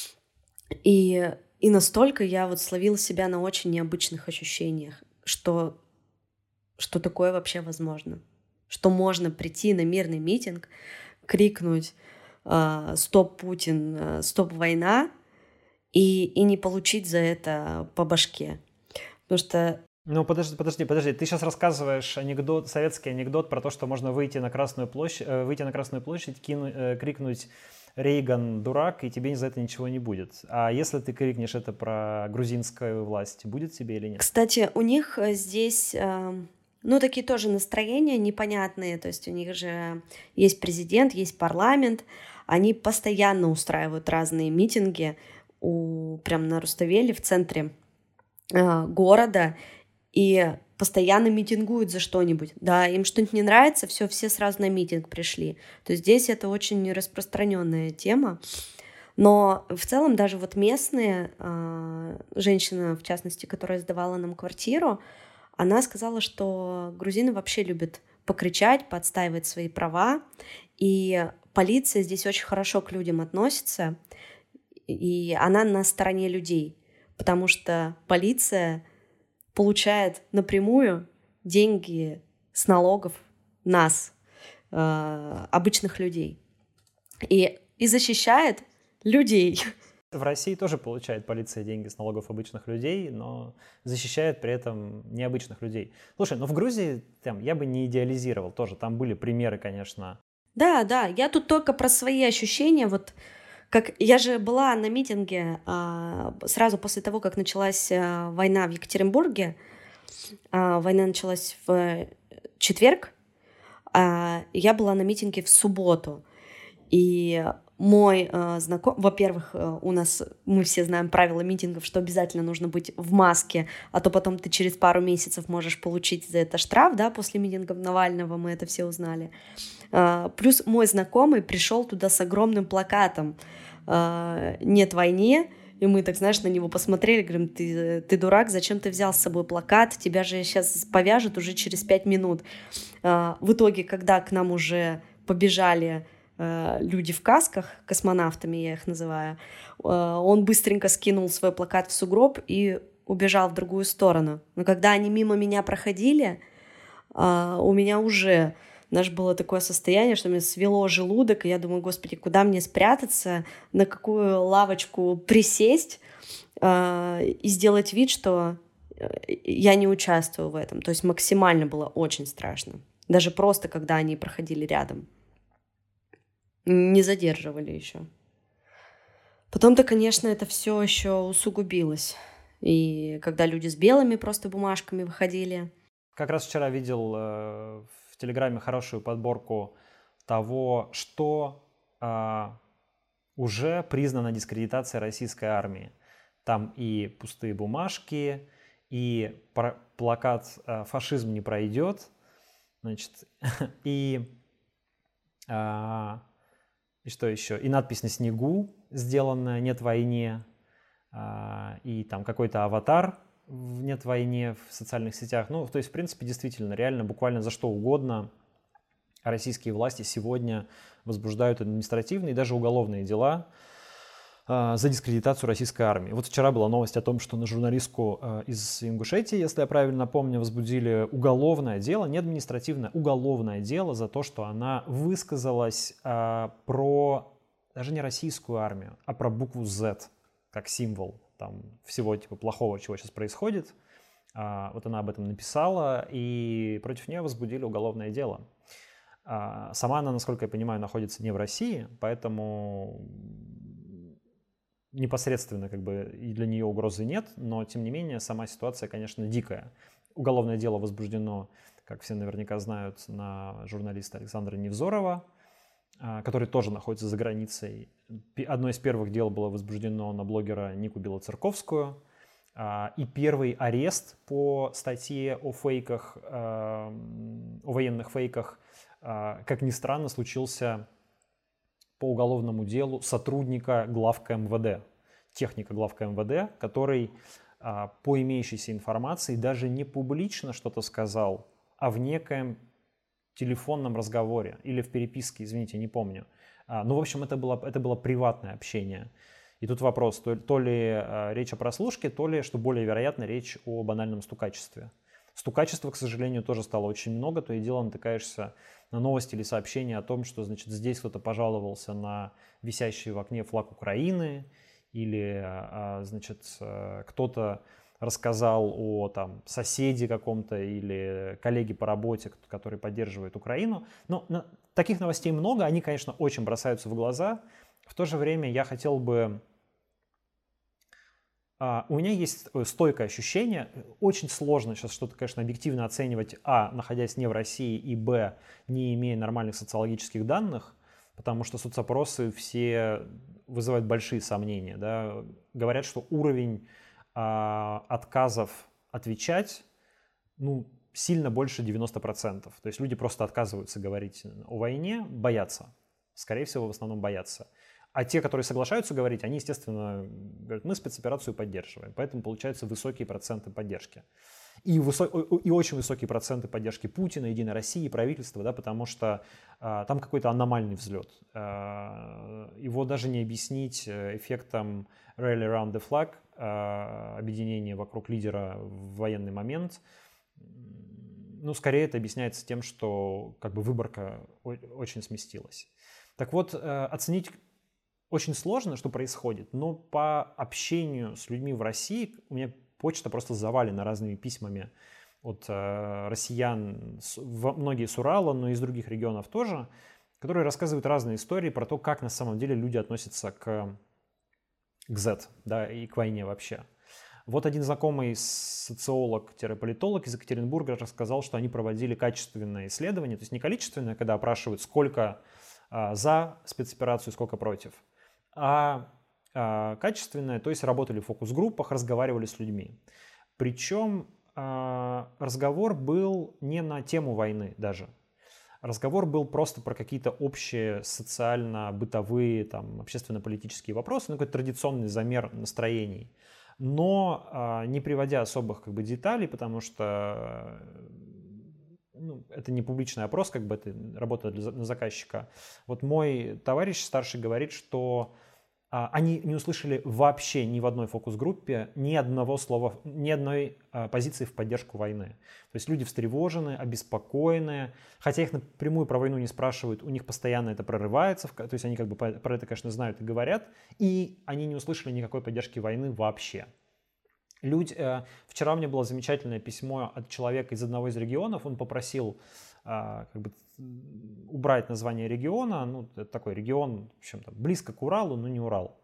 И настолько я вот словила себя на очень необычных ощущениях, что такое вообще возможно, что можно прийти на мирный митинг, крикнуть «Стоп, Путин! Стоп, война!» и не получить за это по башке. Потому что... Ну, подожди. Ты сейчас рассказываешь советский анекдот про то, что можно выйти на Красную площадь, крикнуть «Рейган дурак», и тебе за это ничего не будет. А если ты крикнешь это про грузинскую власть, будет тебе или нет? Кстати, у них здесь... такие тоже настроения непонятные, то есть у них же есть президент, есть парламент, они постоянно устраивают разные митинги прям на Руставели в центре города и постоянно митингуют за что-нибудь. Да, им что-нибудь не нравится, все сразу на митинг пришли. То есть здесь это очень распространенная тема. Но в целом даже вот местные, женщина, в частности, которая сдавала нам квартиру, она сказала, что грузины вообще любят покричать, поотстаивать свои права, и полиция здесь очень хорошо к людям относится, и она на стороне людей, потому что полиция получает напрямую деньги с налогов нас, обычных людей, и защищает людей. В России тоже получает полиция деньги с налогов обычных людей, но защищает при этом необычных людей. Слушай, в Грузии я бы не идеализировал тоже. Там были примеры, конечно. Да, я тут только про свои ощущения. Вот как я же была на митинге сразу после того, как началась война в Екатеринбурге. Война началась в четверг. Я была на митинге в субботу. И мой знакомый, во-первых, мы все знаем правила митингов, что обязательно нужно быть в маске, а то потом ты через пару месяцев можешь получить за это штраф, да, после митингов Навального, мы это все узнали. Плюс мой знакомый пришел туда с огромным плакатом «Нет войне», и мы так, знаешь, на него посмотрели, говорим, ты дурак, зачем ты взял с собой плакат, тебя же сейчас повяжут уже через 5 минут. В итоге, когда к нам уже побежали люди в касках, космонавтами я их называю, он быстренько скинул свой плакат в сугроб и убежал в другую сторону. Но когда они мимо меня проходили, у меня уже, знаешь, было такое состояние, что мне свело желудок, и я думаю, господи, куда мне спрятаться, на какую лавочку присесть и сделать вид, что я не участвую в этом. То есть максимально было очень страшно. Даже просто, когда они проходили рядом. Не задерживали еще. Потом-то, конечно, это все еще усугубилось. И когда люди с белыми просто бумажками выходили. как раз вчера видел в Телеграме хорошую подборку того, что уже признана дискредитация российской армии. Там и пустые бумажки, и плакат «Фашизм не пройдет», значит, и что еще? И надпись на снегу, сделанная «Нет войне», и там какой-то аватар в «Нет войне» в социальных сетях. Ну, то есть, в принципе, действительно, реально, буквально за что угодно российские власти сегодня возбуждают административные и даже уголовные дела за дискредитацию российской армии. Вот вчера была новость о том, что на журналистку из Ингушетии, если я правильно помню, возбудили уголовное дело, не административное, уголовное дело за то, что она высказалась про даже не российскую армию, а про букву Z как символ там всего типа плохого, чего сейчас происходит. Вот она об этом написала, и против нее возбудили уголовное дело. Сама она, насколько я понимаю, находится не в России, поэтому непосредственно как бы и для нее угрозы нет, но тем не менее сама ситуация, конечно, дикая. Уголовное дело возбуждено, как все наверняка знают, на журналиста Александра Невзорова, который тоже находится за границей. Одно из первых дел было возбуждено на блогера Нику Белоцерковскую. И первый арест по статье о фейках, о военных фейках, как ни странно, случился по уголовному делу сотрудника главка МВД, техника главка МВД, который по имеющейся информации даже не публично что-то сказал, а в некоем телефонном разговоре или в переписке, извините, не помню. Ну, в общем, это было приватное общение. И тут вопрос, то ли речь о прослушке, то ли, что более вероятно, речь о банальном стукачестве. Стукачества, к сожалению, тоже стало очень много. То и дело натыкаешься на новости или сообщения о том, что, значит, здесь кто-то пожаловался на висящий в окне флаг Украины, или, значит, кто-то рассказал о там, соседе каком-то или коллеге по работе, который поддерживает Украину. Но таких новостей много, они, конечно, очень бросаются в глаза. В то же время я хотел бы... У меня есть стойкое ощущение, очень сложно сейчас что-то, конечно, объективно оценивать, находясь не в России, и, не имея нормальных социологических данных, потому что соцопросы все вызывают большие сомнения. Да? Говорят, что уровень отказов отвечать, сильно больше 90%. То есть люди просто отказываются говорить о войне, боятся. Скорее всего, в основном боятся. А те, которые соглашаются говорить, они, естественно, говорят, мы спецоперацию поддерживаем. Поэтому получаются высокие проценты поддержки. И очень высокие проценты поддержки Путина, Единой России, правительства, да, потому что там какой-то аномальный взлет. Его даже не объяснить эффектом rally around the flag, объединения вокруг лидера в военный момент. Скорее это объясняется тем, что как бы выборка очень сместилась. Так вот, оценить очень сложно, что происходит, но по общению с людьми в России у меня почта просто завалена разными письмами от россиян, многие с Урала, но и из других регионов тоже, которые рассказывают разные истории про то, как на самом деле люди относятся к Z, да, и к войне вообще. Вот один знакомый социолог-политолог из Екатеринбурга рассказал, что они проводили качественное исследование, то есть не количественное, когда опрашивают, сколько за спецоперацию, сколько против, а качественное, то есть работали в фокус-группах, разговаривали с людьми. Причем разговор был не на тему войны даже. Разговор был просто про какие-то общие социально-бытовые, там, общественно-политические вопросы, какой-то традиционный замер настроений. Но не приводя особых как бы деталей, потому что это не публичный опрос, как бы это работа на заказчика. Вот мой товарищ старший говорит, что они не услышали вообще ни в одной фокус-группе ни одного слова, ни одной позиции в поддержку войны. То есть люди встревожены, обеспокоены, хотя их напрямую про войну не спрашивают, у них постоянно это прорывается, то есть они как бы про это, конечно, знают и говорят, и они не услышали никакой поддержки войны вообще. Вчера у меня было замечательное письмо от человека из одного из регионов, он попросил как бы убрать название региона, это такой регион, в общем-то, близко к Уралу, но не Урал,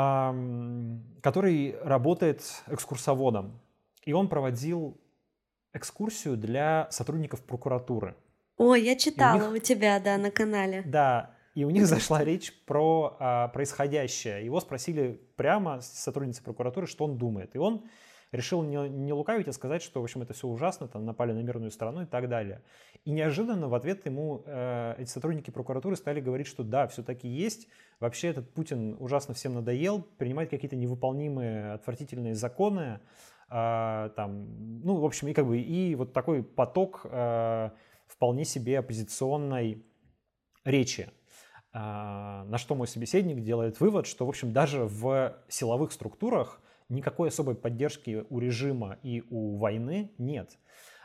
который работает экскурсоводом. И он проводил экскурсию для сотрудников прокуратуры. Ой, я И у читала них, у тебя, да, на канале да, и у них зашла новости. речь про происходящее. Его спросили прямо сотрудницы прокуратуры, что он думает. И он решил не лукавить, а сказать, что, в общем, это все ужасно, там напали на мирную страну и так далее. И неожиданно в ответ ему эти сотрудники прокуратуры стали говорить, что да, все-таки есть. Вообще этот Путин ужасно всем надоел, принимает какие-то невыполнимые, отвратительные законы. Там, ну, в общем, и как бы и вот такой поток вполне себе оппозиционной речи. На что мой собеседник делает вывод, что, в общем, даже в силовых структурах никакой особой поддержки у режима и у войны нет.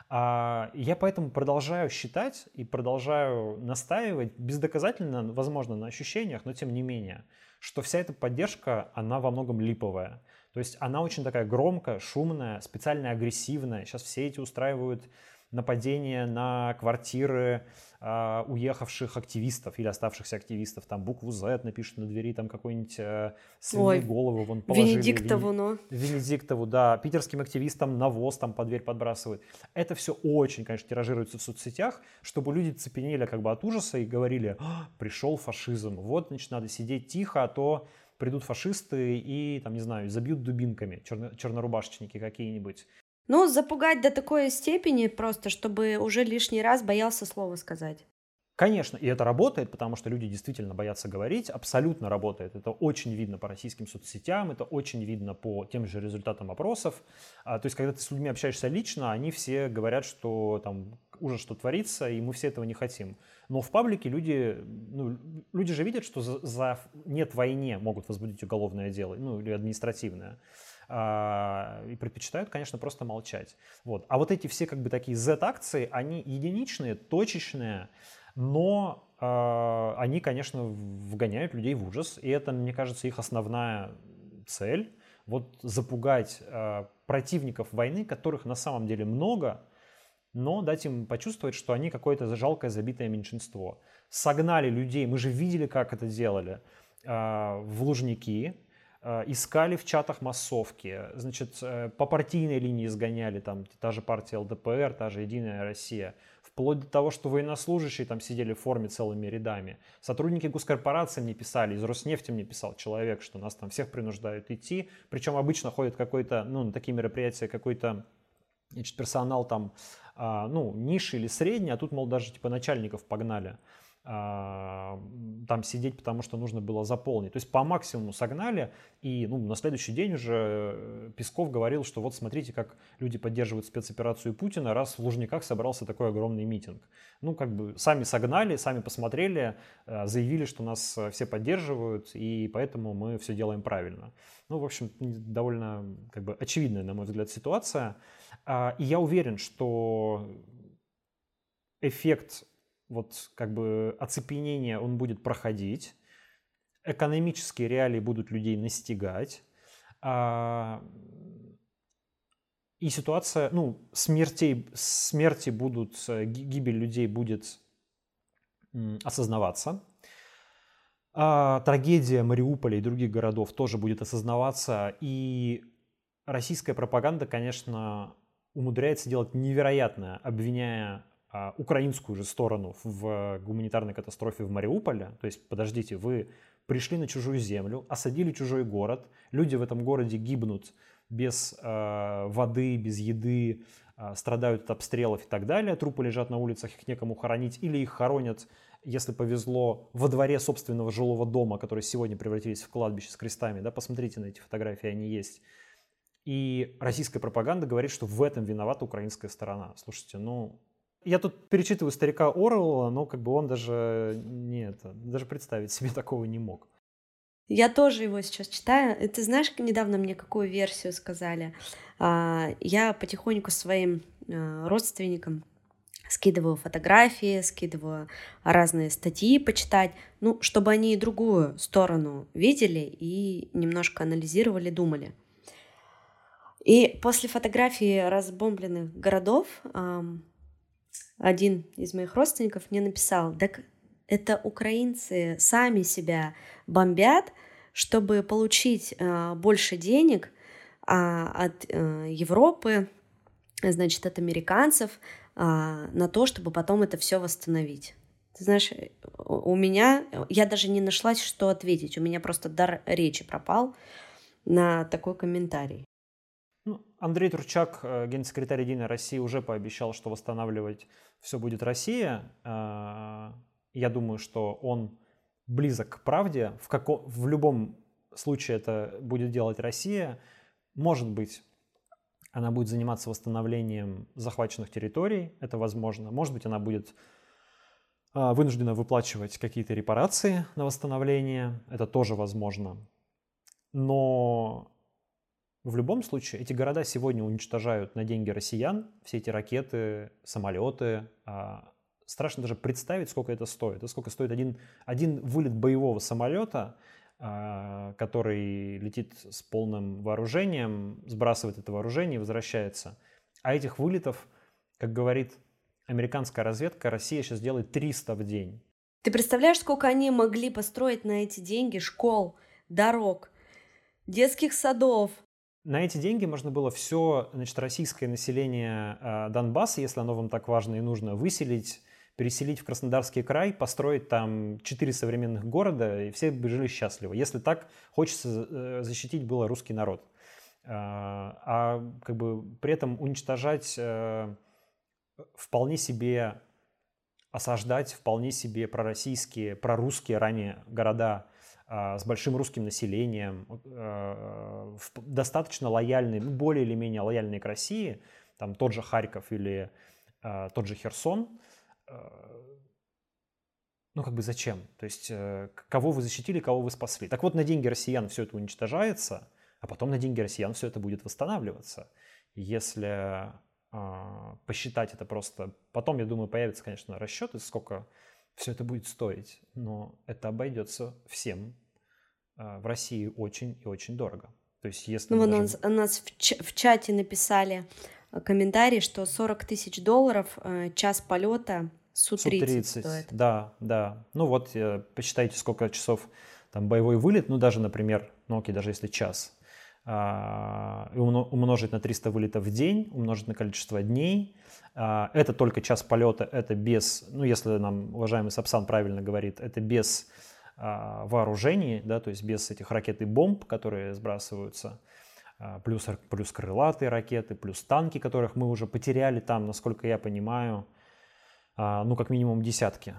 Я поэтому продолжаю считать и продолжаю настаивать, бездоказательно, возможно, на ощущениях, но тем не менее, что вся эта поддержка, она во многом липовая. То есть она очень такая громкая, шумная, специально агрессивная. Сейчас все эти устраивают нападения на квартиры уехавших активистов или оставшихся активистов. Там букву Z напишут на двери, там какой-нибудь свиные Ой, головы вон положили. Венедиктову, ну. Венедиктову, да, питерским активистам навоз там под дверь подбрасывают. Это все очень, конечно, тиражируется в соцсетях, чтобы люди цепенели как бы от ужаса и говорили: пришел фашизм, вот, значит, надо сидеть тихо, а то придут фашисты и, там, не знаю, забьют дубинками, чернорубашечники какие-нибудь. Ну, запугать до такой степени просто, чтобы уже лишний раз боялся слова сказать. Конечно, и это работает, потому что люди действительно боятся говорить, абсолютно работает. Это очень видно по российским соцсетям, это очень видно по тем же результатам опросов. То есть, когда ты с людьми общаешься лично, они все говорят, что там ужас, что творится, и мы все этого не хотим. Но в паблике люди же видят, что за «нет войне» могут возбудить уголовное дело, ну или административное. И предпочитают, конечно, просто молчать. Вот. А вот эти все как бы такие Z-акции, они единичные, точечные, но они, конечно, вгоняют людей в ужас, и это, мне кажется, их основная цель. Вот запугать противников войны, которых на самом деле много, но дать им почувствовать, что они какое-то жалкое забитое меньшинство. Согнали людей, мы же видели, как это делали, в Лужники, искали в чатах массовки, значит, по партийной линии изгоняли, там, та же партия ЛДПР, та же Единая Россия, вплоть до того, что военнослужащие там сидели в форме целыми рядами. Сотрудники госкорпорации мне писали, из Роснефти мне писал человек, что нас там всех принуждают идти, причем обычно ходит какой-то, ну, на такие мероприятия какой-то, значит, персонал там, низший или средний, а тут, мол, даже типа начальников погнали там сидеть, потому что нужно было заполнить. То есть по максимуму согнали, и на следующий день уже Песков говорил, что вот смотрите, как люди поддерживают спецоперацию Путина, раз в Лужниках собрался такой огромный митинг. Как бы сами согнали, сами посмотрели, заявили, что нас все поддерживают, и поэтому мы все делаем правильно. В общем, довольно как бы очевидная, на мой взгляд, ситуация. И я уверен, что эффект вот как бы оцепенение, он будет проходить, экономические реалии будут людей настигать, и ситуация, смерти будут, гибель людей будет осознаваться, трагедия Мариуполя и других городов тоже будет осознаваться, и российская пропаганда, конечно, умудряется делать невероятное, обвиняя украинскую же сторону в гуманитарной катастрофе в Мариуполе. То есть, подождите, вы пришли на чужую землю, осадили чужой город, люди в этом городе гибнут без воды, без еды, страдают от обстрелов и так далее, трупы лежат на улицах, их некому хоронить, или их хоронят, если повезло, во дворе собственного жилого дома, которые сегодня превратились в кладбище с крестами. Да, посмотрите на эти фотографии, они есть. И российская пропаганда говорит, что в этом виновата украинская сторона. Слушайте, я тут перечитываю старика Оруэлла, но как бы он даже даже представить себе такого не мог. Я тоже его сейчас читаю. И ты знаешь, недавно мне какую версию сказали? Я потихоньку своим родственникам скидываю фотографии, скидываю разные статьи почитать, чтобы они и другую сторону видели и немножко анализировали, думали. И после фотографии разбомбленных городов один из моих родственников мне написал: так это украинцы сами себя бомбят, чтобы получить больше денег от Европы, значит, от американцев на то, чтобы потом это все восстановить. Ты знаешь, у меня, я даже не нашлась, что ответить. У меня просто дар речи пропал на такой комментарий. Ну, Андрей Турчак, генсекретарь «Единой России», уже пообещал, что восстанавливать все будет Россия. Я думаю, что он близок к правде. В любом случае это будет делать Россия. Может быть, она будет заниматься восстановлением захваченных территорий, это возможно. Может быть, она будет вынуждена выплачивать какие-то репарации на восстановление, это тоже возможно. Но в любом случае эти города сегодня уничтожают на деньги россиян, все эти ракеты, самолеты. Страшно даже представить, сколько это стоит. Это сколько стоит один вылет боевого самолета, который летит с полным вооружением, сбрасывает это вооружение и возвращается. А этих вылетов, как говорит американская разведка, Россия сейчас делает 300 в день. Ты представляешь, сколько они могли построить на эти деньги школ, дорог, детских садов? На эти деньги можно было все, значит, российское население Донбасса, если оно вам так важно и нужно, выселить, переселить в Краснодарский край, построить там 4 современных города, и все бы жили счастливо. Если так хочется защитить было русский народ. Как бы при этом уничтожать вполне себе, осаждать вполне себе пророссийские, прорусские ранее города с большим русским населением, достаточно лояльные, более или менее лояльные к России, там тот же Харьков или тот же Херсон, ну как бы зачем? То есть кого вы защитили, кого вы спасли? Так вот, на деньги россиян все это уничтожается, а потом на деньги россиян все это будет восстанавливаться. Если посчитать это просто... Потом, я думаю, появятся, конечно, расчеты, сколько все это будет стоить, но это обойдется всем в России очень и очень дорого. То есть если Ну, даже... у нас в чате написали комментарий, что $40 000 час полета Су-30 стоит. Да, да. Ну вот, посчитайте, сколько часов там боевой вылет, ну даже, например, ну окей, даже если час, и умножить на 300 вылетов в день, умножить на количество дней. Это только час полета, это без, ну если нам уважаемый Сапсан правильно говорит, это без вооружений, да, то есть без этих ракет и бомб, которые сбрасываются, плюс крылатые ракеты, плюс танки, которых мы уже потеряли там, насколько я понимаю, ну как минимум десятки.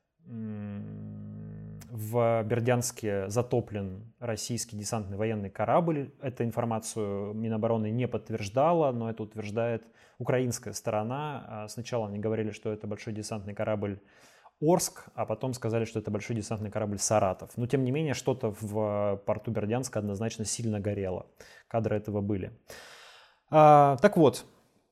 В Бердянске затоплен российский десантный военный корабль. Эту информацию Минобороны не подтверждала, но это утверждает украинская сторона. Сначала они говорили, что это большой десантный корабль Орск, а потом сказали, что это большой десантный корабль Саратов. Но тем не менее, что-то в порту Бердянска однозначно сильно горело. Кадры этого были. Так вот,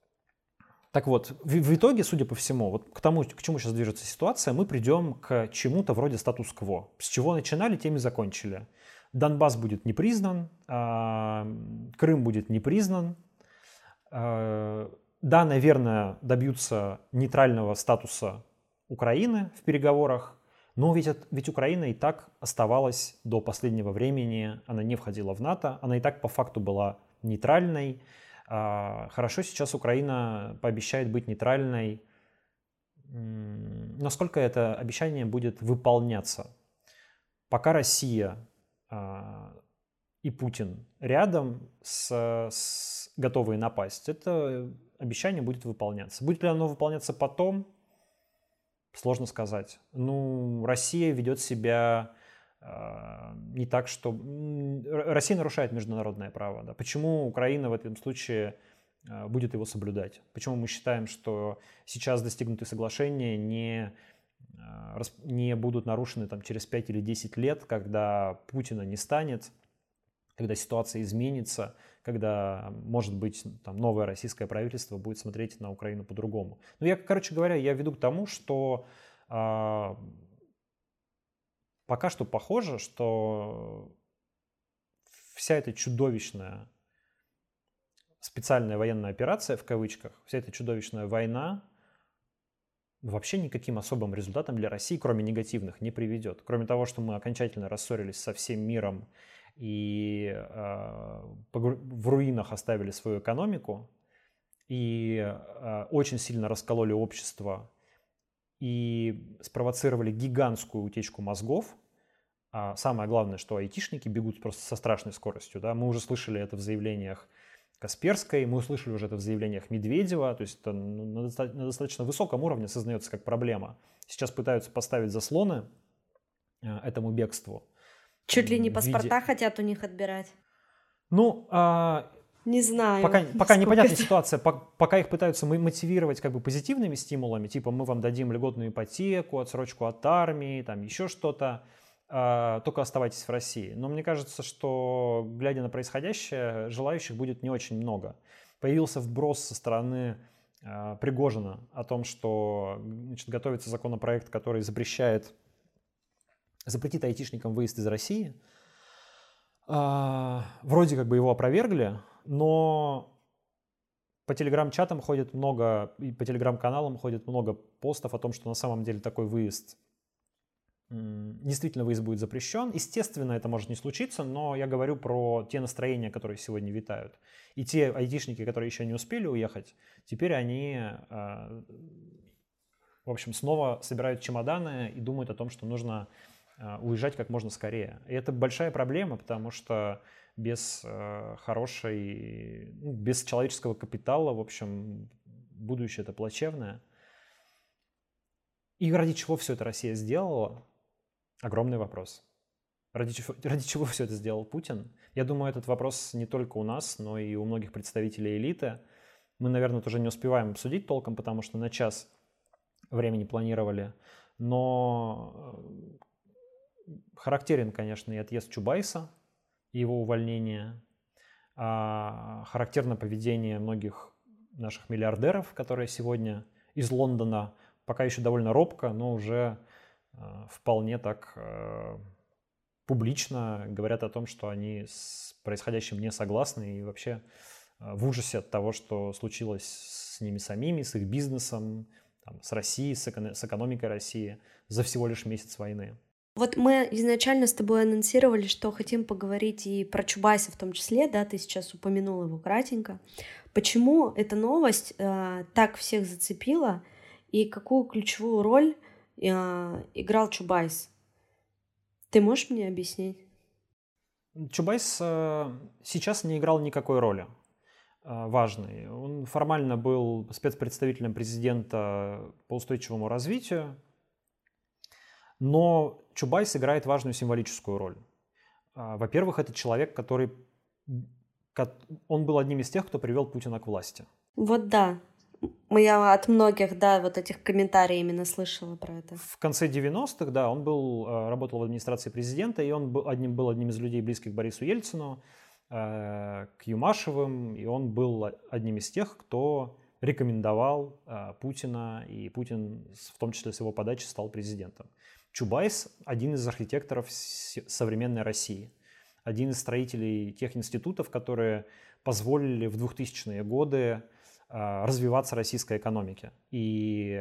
в итоге, судя по всему, вот к чему сейчас движется ситуация, мы придем к чему-то вроде статус-кво. С чего начинали, тем и закончили. Донбасс будет не признан, Крым будет не признан. Да, наверное, добьются нейтрального статуса Украины в переговорах, но ведь Украина и так оставалась до последнего времени, она не входила в НАТО, она и так по факту была нейтральной. Хорошо, сейчас Украина пообещает быть нейтральной. Насколько это обещание будет выполняться? Пока Россия и Путин рядом готовые напасть, это обещание будет выполняться. Будет ли оно выполняться потом? Сложно сказать. Ну, Россия ведет себя не так, что... Россия нарушает международное право. Да? Почему Украина в этом случае будет его соблюдать? Почему мы считаем, что сейчас достигнутые соглашения не будут нарушены там, через 5 или 10 лет, когда Путина не станет, когда ситуация изменится, когда, может быть, там, новое российское правительство будет смотреть на Украину по-другому. Ну, короче говоря, я веду к тому, что пока что похоже, что вся эта чудовищная специальная военная операция, в кавычках, вся эта чудовищная война вообще никаким особым результатом для России, кроме негативных, не приведет. Кроме того, что мы окончательно рассорились со всем миром и в руинах оставили свою экономику, и очень сильно раскололи общество и спровоцировали гигантскую утечку мозгов. А самое главное, что айтишники бегут просто со страшной скоростью. Да? Мы уже слышали это в заявлениях Касперской, мы услышали уже это в заявлениях Медведева, то есть это на достаточно высоком уровне осознается как проблема. Сейчас пытаются поставить заслоны этому бегству. Чуть ли не в паспорта виде... хотят у них отбирать. Ну, не знаю. пока непонятная ситуация, пока их пытаются мотивировать как бы позитивными стимулами, типа мы вам дадим льготную ипотеку, отсрочку от армии, там еще что-то, только оставайтесь в России. Но мне кажется, что, глядя на происходящее, желающих будет не очень много. Появился вброс со стороны Пригожина о том, что, значит, готовится законопроект, который запретит айтишникам выезд из России. Вроде как бы его опровергли, но по телеграм-чатам ходит много, и по телеграм-каналам ходит много постов о том, что на самом деле такой выезд, действительно выезд будет запрещен. Естественно, это может не случиться, но я говорю про те настроения, которые сегодня витают. И те айтишники, которые еще не успели уехать, теперь они, в общем, снова собирают чемоданы и думают о том, что нужно уезжать как можно скорее. И это большая проблема, потому что без без человеческого капитала, в общем, будущее это плачевное. И ради чего все это Россия сделала? Огромный вопрос. Ради чего все это сделал Путин? Я думаю, этот вопрос не только у нас, но и у многих представителей элиты. Мы, наверное, тоже не успеваем обсудить толком, потому что на час времени планировали. Но характерен, конечно, и отъезд Чубайса, и его увольнение. Характерно поведение многих наших миллиардеров, которые сегодня из Лондона, пока еще довольно робко, но уже вполне так публично говорят о том, что они с происходящим не согласны и вообще в ужасе от того, что случилось с ними самими, с их бизнесом, там, с Россией, с экономикой России за всего лишь месяц войны. Вот мы изначально с тобой анонсировали, что хотим поговорить и про Чубайса в том числе, да, ты сейчас упомянул его кратенько. Почему эта новость так всех зацепила и какую ключевую роль играл Чубайс? Ты можешь мне объяснить? Чубайс сейчас не играл никакой роли важной. Он формально был спецпредставителем президента по устойчивому развитию, но Чубайс играет важную символическую роль. Во-первых, это человек, он был одним из тех, кто привел Путина к власти. Вот да. Я от многих, да, вот этих комментариев именно слышала про это. В конце 90-х, да, он работал в администрации президента, и он был одним из людей, близких к Борису Ельцину, к Юмашевым, и он был одним из тех, кто рекомендовал Путина, и Путин, в том числе с его подачи, стал президентом. Чубайс – один из архитекторов современной России, один из строителей тех институтов, которые позволили в 2000-е годы развиваться российской экономике. И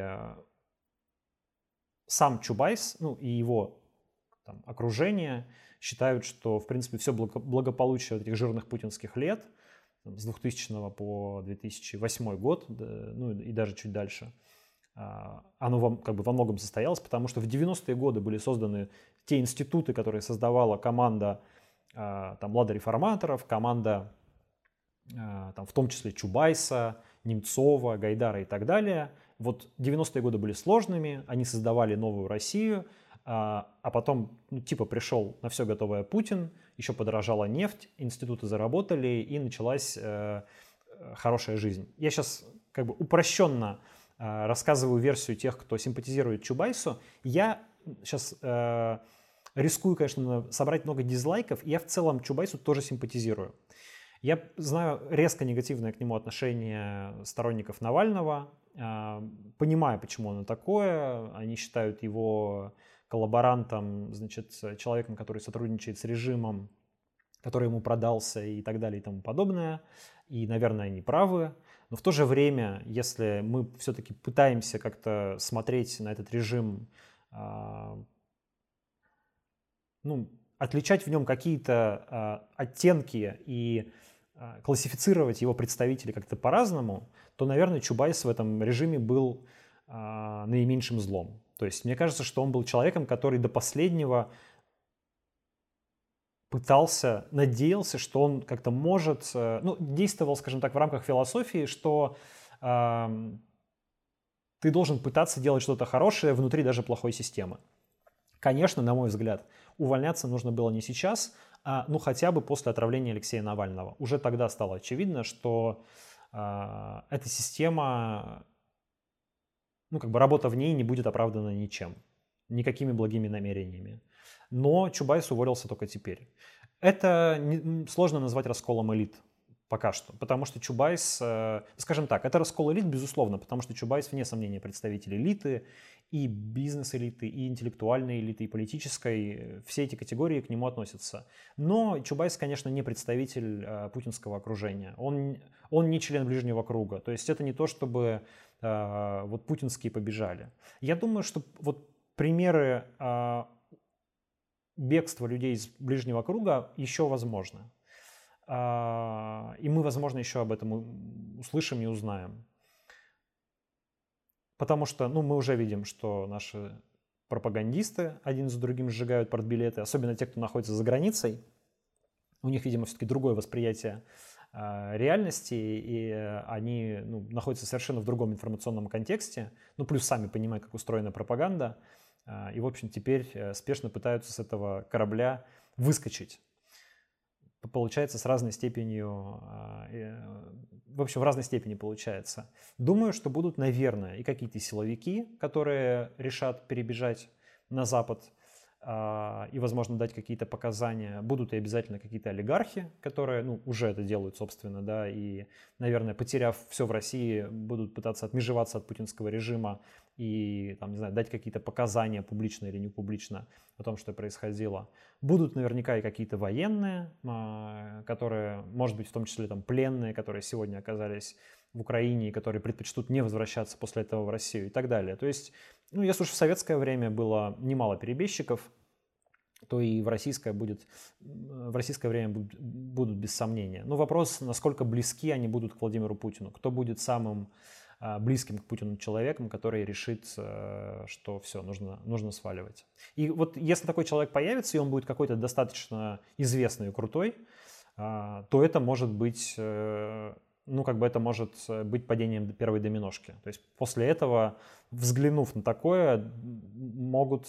сам Чубайс, и его окружение считают, что, в принципе, все благополучие этих жирных путинских лет с 2000 по 2008 год, и даже чуть дальше, оно во многом состоялось, потому что в 90-е годы были созданы те институты, которые создавала команда младореформаторов, команда, в том числе Чубайса, Немцова, Гайдара и так далее. Вот 90-е годы были сложными, они создавали новую Россию, а потом пришел на все готовое Путин, еще подорожала нефть, институты заработали и началась хорошая жизнь. Я сейчас упрощенно рассказываю версию тех, кто симпатизирует Чубайсу. Я сейчас рискую, конечно, собрать много дизлайков, и я в целом Чубайсу тоже симпатизирую. Я знаю резко негативное к нему отношение сторонников Навального, понимаю, почему оно такое. Они считают его коллаборантом, человеком, который сотрудничает с режимом, который ему продался и так далее и тому подобное. И, наверное, они правы. Но в то же время, если мы все-таки пытаемся как-то смотреть на этот режим, отличать в нем какие-то оттенки и классифицировать его представителей как-то по-разному, то, наверное, Чубайс в этом режиме был наименьшим злом. То есть мне кажется, что он был человеком, который до последнего пытался, надеялся, что он как-то может, действовал, скажем так, в рамках философии, что ты должен пытаться делать что-то хорошее внутри даже плохой системы. Конечно, на мой взгляд, увольняться нужно было не сейчас, а хотя бы после отравления Алексея Навального. Уже тогда стало очевидно, что эта система, работа в ней не будет оправдана ничем, никакими благими намерениями. Но Чубайс уволился только теперь. Это сложно назвать расколом элит. Пока что. Потому что Чубайс, скажем так, это раскол элит, безусловно, потому что Чубайс, вне сомнения, представитель элиты, и бизнес-элиты, и интеллектуальной элиты, и политической. Все эти категории к нему относятся. Но Чубайс, конечно, не представитель путинского окружения. Он не член ближнего круга. То есть это не то, чтобы путинские побежали. Я думаю, что примеры бегства людей из ближнего круга еще возможны. И мы, возможно, еще об этом услышим и узнаем. Потому что, мы уже видим, что наши пропагандисты один за другим сжигают партбилеты, особенно те, кто находится за границей. У них, видимо, все-таки другое восприятие реальности, и они находятся совершенно в другом информационном контексте. Плюс сами понимают, как устроена пропаганда. И, в общем, теперь спешно пытаются с этого корабля выскочить. Получается с разной степенью, в разной степени получается. Думаю, что будут, наверное, и какие-то силовики, которые решат перебежать на Запад и, возможно, дать какие-то показания. Будут и обязательно какие-то олигархи, которые, уже это делают, собственно, да, и, наверное, потеряв все в России, будут пытаться отмежеваться от путинского режима и, дать какие-то показания, публично или не публично, о том, что происходило. Будут наверняка и какие-то военные, которые, может быть, в том числе пленные, которые сегодня оказались в Украине и которые предпочтут не возвращаться после этого в Россию и так далее. То есть, если уж в советское время было немало перебежчиков, то и в российское время будут без сомнения. Но вопрос, насколько близки они будут к Владимиру Путину, кто будет самым близким к Путину человеком, который решит, что все, нужно сваливать. И если такой человек появится, и он будет какой-то достаточно известный и крутой, то это может быть, это может быть падением первой доминошки. То есть после этого, взглянув на такое, могут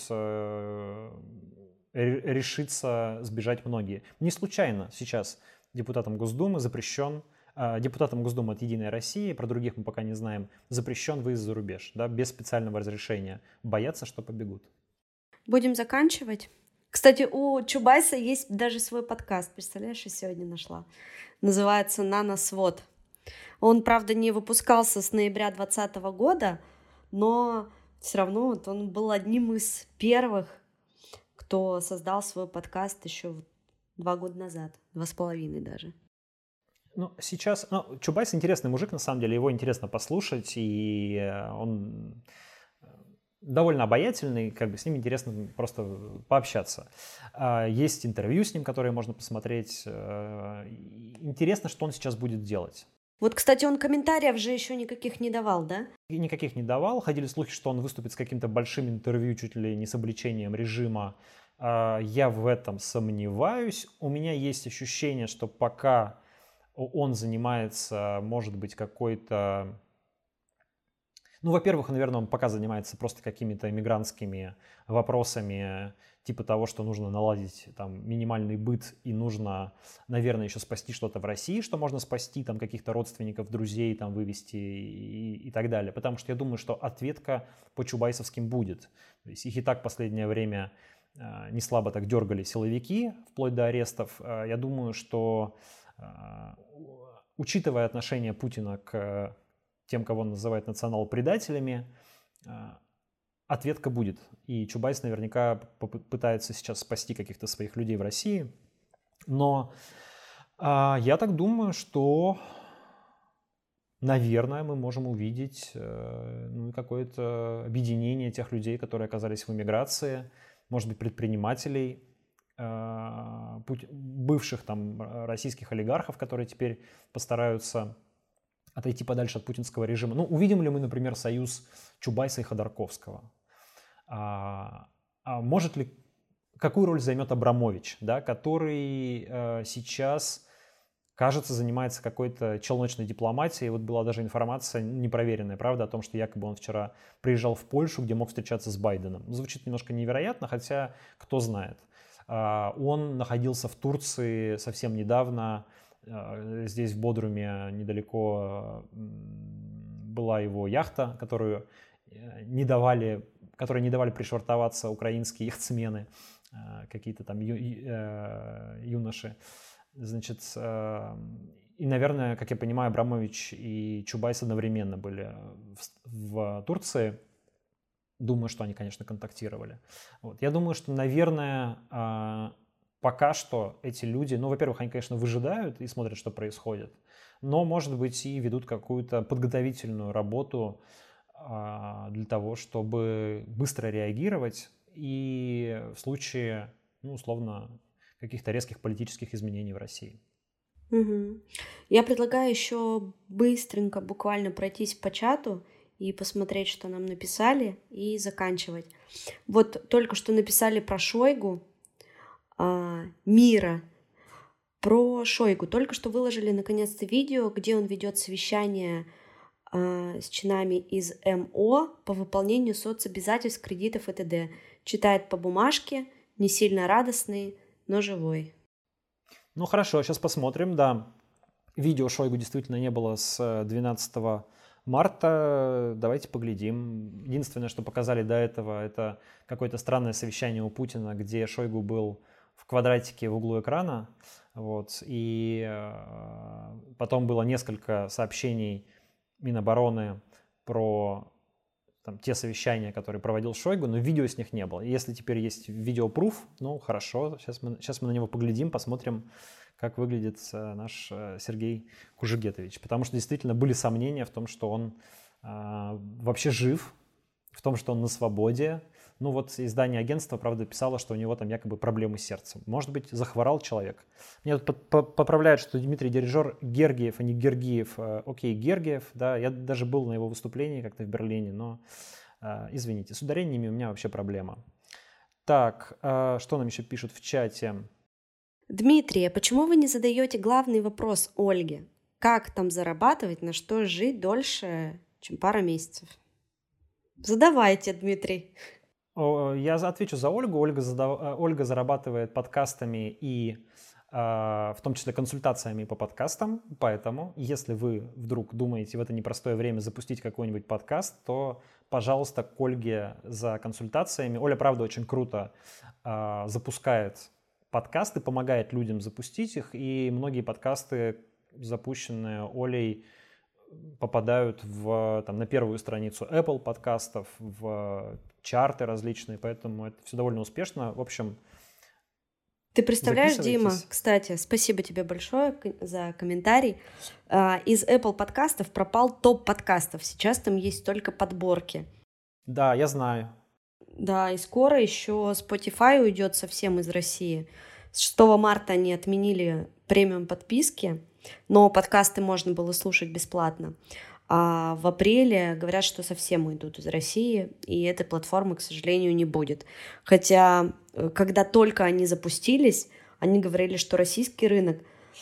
решиться сбежать многие. Не случайно сейчас депутатам Госдумы депутатам Госдумы от «Единой России», про других мы пока не знаем, запрещен выезд за рубеж, да, без специального разрешения. Боятся, что побегут. Будем заканчивать. Кстати, у Чубайса есть даже свой подкаст, представляешь, я сегодня нашла. Называется «Наносвод». Он, правда, не выпускался с ноября 2020 года, но все равно он был одним из первых, кто создал свой подкаст еще 2 года назад, 2,5 даже. Сейчас, Чубайс интересный мужик, на самом деле, его интересно послушать, и он довольно обаятельный, с ним интересно просто пообщаться. Есть интервью с ним, которые можно посмотреть. Интересно, что он сейчас будет делать. Кстати, он комментариев же еще никаких не давал, да? Никаких не давал. Ходили слухи, что он выступит с каким-то большим интервью, чуть ли не с обличением режима. Я в этом сомневаюсь. У меня есть ощущение, что пока он занимается, может быть, какой-то... во-первых, наверное, он пока занимается просто какими-то мигрантскими вопросами, типа того, что нужно наладить минимальный быт и нужно, наверное, еще спасти что-то в России, что можно спасти, каких-то родственников, друзей вывести и так далее. Потому что я думаю, что ответка по чубайсовским будет. То есть их и так в последнее время не слабо так дергали силовики, вплоть до арестов. Я думаю, что учитывая отношение Путина к тем, кого он называет национал-предателями, ответка будет. И Чубайс наверняка пытается сейчас спасти каких-то своих людей в России. Но я так думаю, что, наверное, мы можем увидеть какое-то объединение тех людей, которые оказались в эмиграции, может быть, предпринимателей, бывших там российских олигархов, которые теперь постараются отойти подальше от путинского режима. Ну, увидим ли мы, например, союз Чубайса и Ходорковского? Может ли, какую роль займет Абрамович, да, который сейчас, кажется, занимается какой-то челночной дипломатией. Вот была даже информация непроверенная, правда, о том, что якобы он вчера приезжал в Польшу, где мог встречаться с Байденом. Звучит немножко невероятно, хотя кто знает. Он находился в Турции совсем недавно. Здесь, в Бодруме, недалеко была его яхта, которой не давали пришвартоваться украинские яхтсмены, какие-то там юноши. Значит, и, наверное, как я понимаю, Абрамович и Чубайс одновременно были в Турции. Думаю, что они, конечно, контактировали. Вот. Я думаю, что, наверное, пока что эти люди, ну, во-первых, они, конечно, выжидают и смотрят, что происходит, но, может быть, и ведут какую-то подготовительную работу для того, чтобы быстро реагировать и в случае, ну, условно, каких-то резких политических изменений в России. Угу. Я предлагаю еще быстренько, буквально пройтись по чату и посмотреть, что нам написали, и заканчивать. Вот только что написали про Шойгу, Мира, про Шойгу. Только что выложили наконец-то видео, где он ведет совещание с чинами из МО по выполнению соцобязательств, кредитов и т.д. Читает по бумажке, не сильно радостный, но живой. Ну хорошо, сейчас посмотрим, да. Видео Шойгу действительно не было с 12 марта. Давайте поглядим. Единственное, что показали до этого, это какое-то странное совещание у Путина, где Шойгу был в квадратике в углу экрана. Вот. И потом было несколько сообщений Минобороны про там, те совещания, которые проводил Шойгу, но видео с них не было. Если теперь есть видеопруф, ну хорошо, сейчас мы на него поглядим, посмотрим, как выглядит наш Сергей Кужугетович. Потому что действительно были сомнения в том, что он вообще жив, в том, что он на свободе. Ну вот издание агентства, правда, писало, что у него там якобы проблемы с сердцем. Может быть, захворал человек. Мне тут поправляют, что Дмитрий Дирижер Гергиев, а не Гергиев. Окей, Гергиев, да, я даже был на его выступлении как-то в Берлине, но извините, с ударениями у меня вообще проблема. Так, что нам еще пишут в чате? Дмитрий, а почему вы не задаете главный вопрос Ольге? Как там зарабатывать, на что жить дольше, чем пара месяцев? Задавайте, Дмитрий. Я отвечу за Ольгу. Ольга зарабатывает подкастами и в том числе консультациями по подкастам. Поэтому, если вы вдруг думаете в это непростое время запустить какой-нибудь подкаст, то, пожалуйста, к Ольге за консультациями. Оля, правда, очень круто запускает подкасты, помогает людям запустить их. И многие подкасты, запущенные Олей, попадают на первую страницу Apple подкастов, в чарты различные, поэтому это все довольно успешно. В общем, ты представляешь, Дима, кстати, спасибо тебе большое за комментарий. Из Apple подкастов пропал топ подкастов. Сейчас там есть только подборки. Да, я знаю. Да, и скоро еще Spotify уйдет совсем из России. С 6 марта они отменили премиум подписки, но подкасты можно было слушать бесплатно. А в апреле говорят, что совсем уйдут из России, и этой платформы, к сожалению, не будет. Хотя, когда только они запустились, они говорили, что российский рынок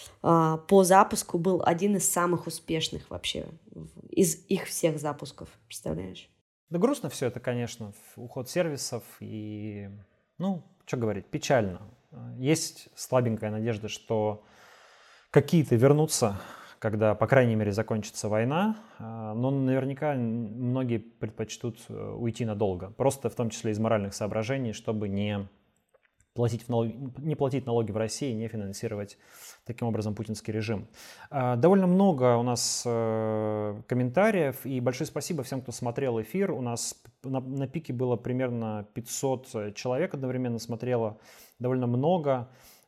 по запуску был один из самых успешных вообще из их всех запусков. Представляешь? Да грустно все это, конечно, уход сервисов и, ну, что говорить, печально. Есть слабенькая надежда, что какие-то вернутся, когда, по крайней мере, закончится война, но наверняка многие предпочтут уйти надолго, просто в том числе из моральных соображений, чтобы не платить налоги в России, не финансировать таким образом путинский режим. Довольно много у нас комментариев, и большое спасибо всем, кто смотрел эфир. У нас на пике было примерно 500 человек одновременно смотрело, довольно много.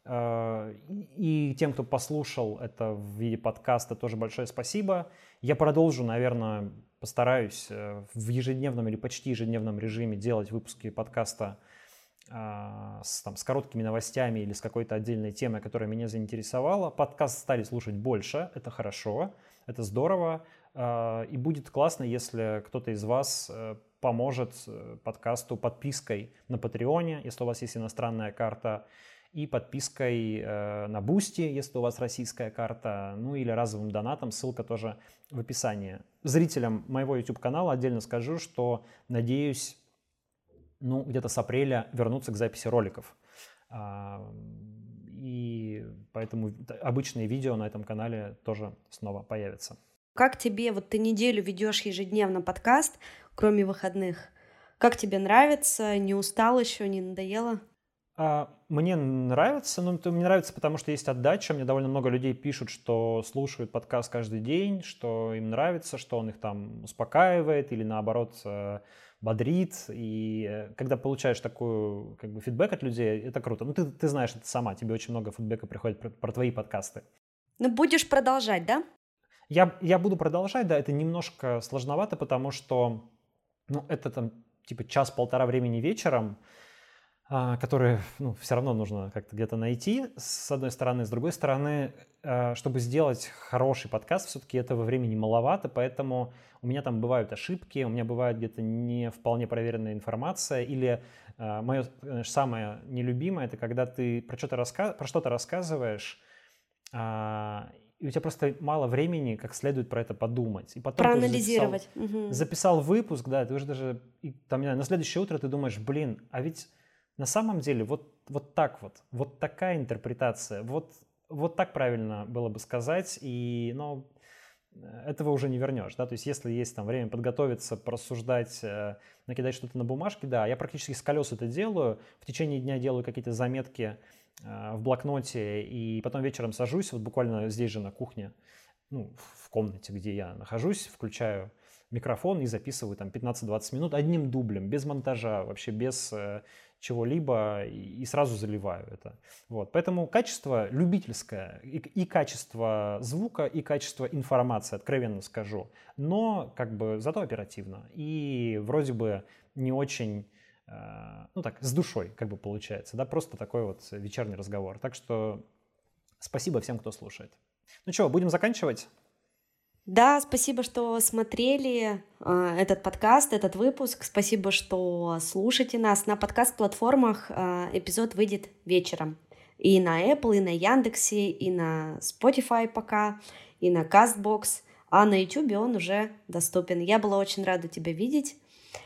И тем, кто послушал это в виде подкаста, тоже большое спасибо. Я продолжу, наверное, постараюсь в ежедневном или почти ежедневном режиме делать выпуски подкаста с короткими новостями или с какой-то отдельной темой, которая меня заинтересовала. Подкаст стали слушать больше, это хорошо, это здорово. И будет классно, если кто-то из вас поможет подкасту подпиской на Патреоне, если у вас есть иностранная карта, и подпиской на Бусти, если у вас российская карта, ну или разовым донатом, ссылка тоже в описании. Зрителям моего YouTube-канала отдельно скажу, что надеюсь, где-то с апреля вернуться к записи роликов. И поэтому обычные видео на этом канале тоже снова появятся. Как тебе, вот ты неделю ведешь ежедневно подкаст, кроме выходных, как тебе нравится, не устал еще, не надоело? Мне нравится, мне нравится, потому что есть отдача. Мне довольно много людей пишут, что слушают подкаст каждый день, что им нравится, что он их там успокаивает или наоборот бодрит. И когда получаешь такой фидбэк от людей, это круто. Ты знаешь это сама, тебе очень много фидбэка приходит про твои подкасты. Будешь продолжать, да? Я буду продолжать, да, это немножко сложновато, потому что это там час-полтора времени вечером, которые все равно нужно как-то где-то найти, с одной стороны. С другой стороны, чтобы сделать хороший подкаст, все-таки этого времени маловато, поэтому у меня там бывают ошибки, у меня бывает где-то не вполне проверенная информация, или мое самое нелюбимое, это когда ты про что-то рассказываешь, и у тебя просто мало времени как следует про это подумать. И потом проанализировать. Ты записал выпуск, да, ты уже даже на следующее утро ты думаешь, а ведь на самом деле вот такая интерпретация, вот так правильно было бы сказать, и этого уже не вернешь, да, то есть если есть там время подготовиться, порассуждать, накидать что-то на бумажке, да, я практически с колес это делаю, в течение дня делаю какие-то заметки в блокноте, и потом вечером сажусь, вот буквально здесь же на кухне, в комнате, где я нахожусь, включаю микрофон и записываю там 15-20 минут одним дублем, без монтажа, вообще без чего-либо, и сразу заливаю это. Вот. Поэтому качество любительское, и качество звука, и качество информации, откровенно скажу, но зато оперативно. И вроде бы не очень, с душой получается, да, просто такой вот вечерний разговор. Так что спасибо всем, кто слушает. Будем заканчивать? Да, спасибо, что смотрели этот подкаст, этот выпуск. Спасибо, что слушаете нас. На подкаст-платформах эпизод выйдет вечером. И на Apple, и на Яндексе, и на Spotify пока, и на CastBox. А на YouTube он уже доступен. Я была очень рада тебя видеть.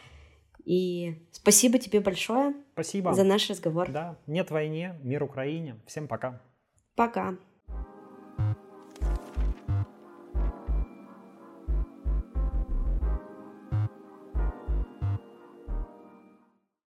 И спасибо тебе большое. Спасибо За наш разговор. Да, нет войне, мир Украине. Всем пока. Пока.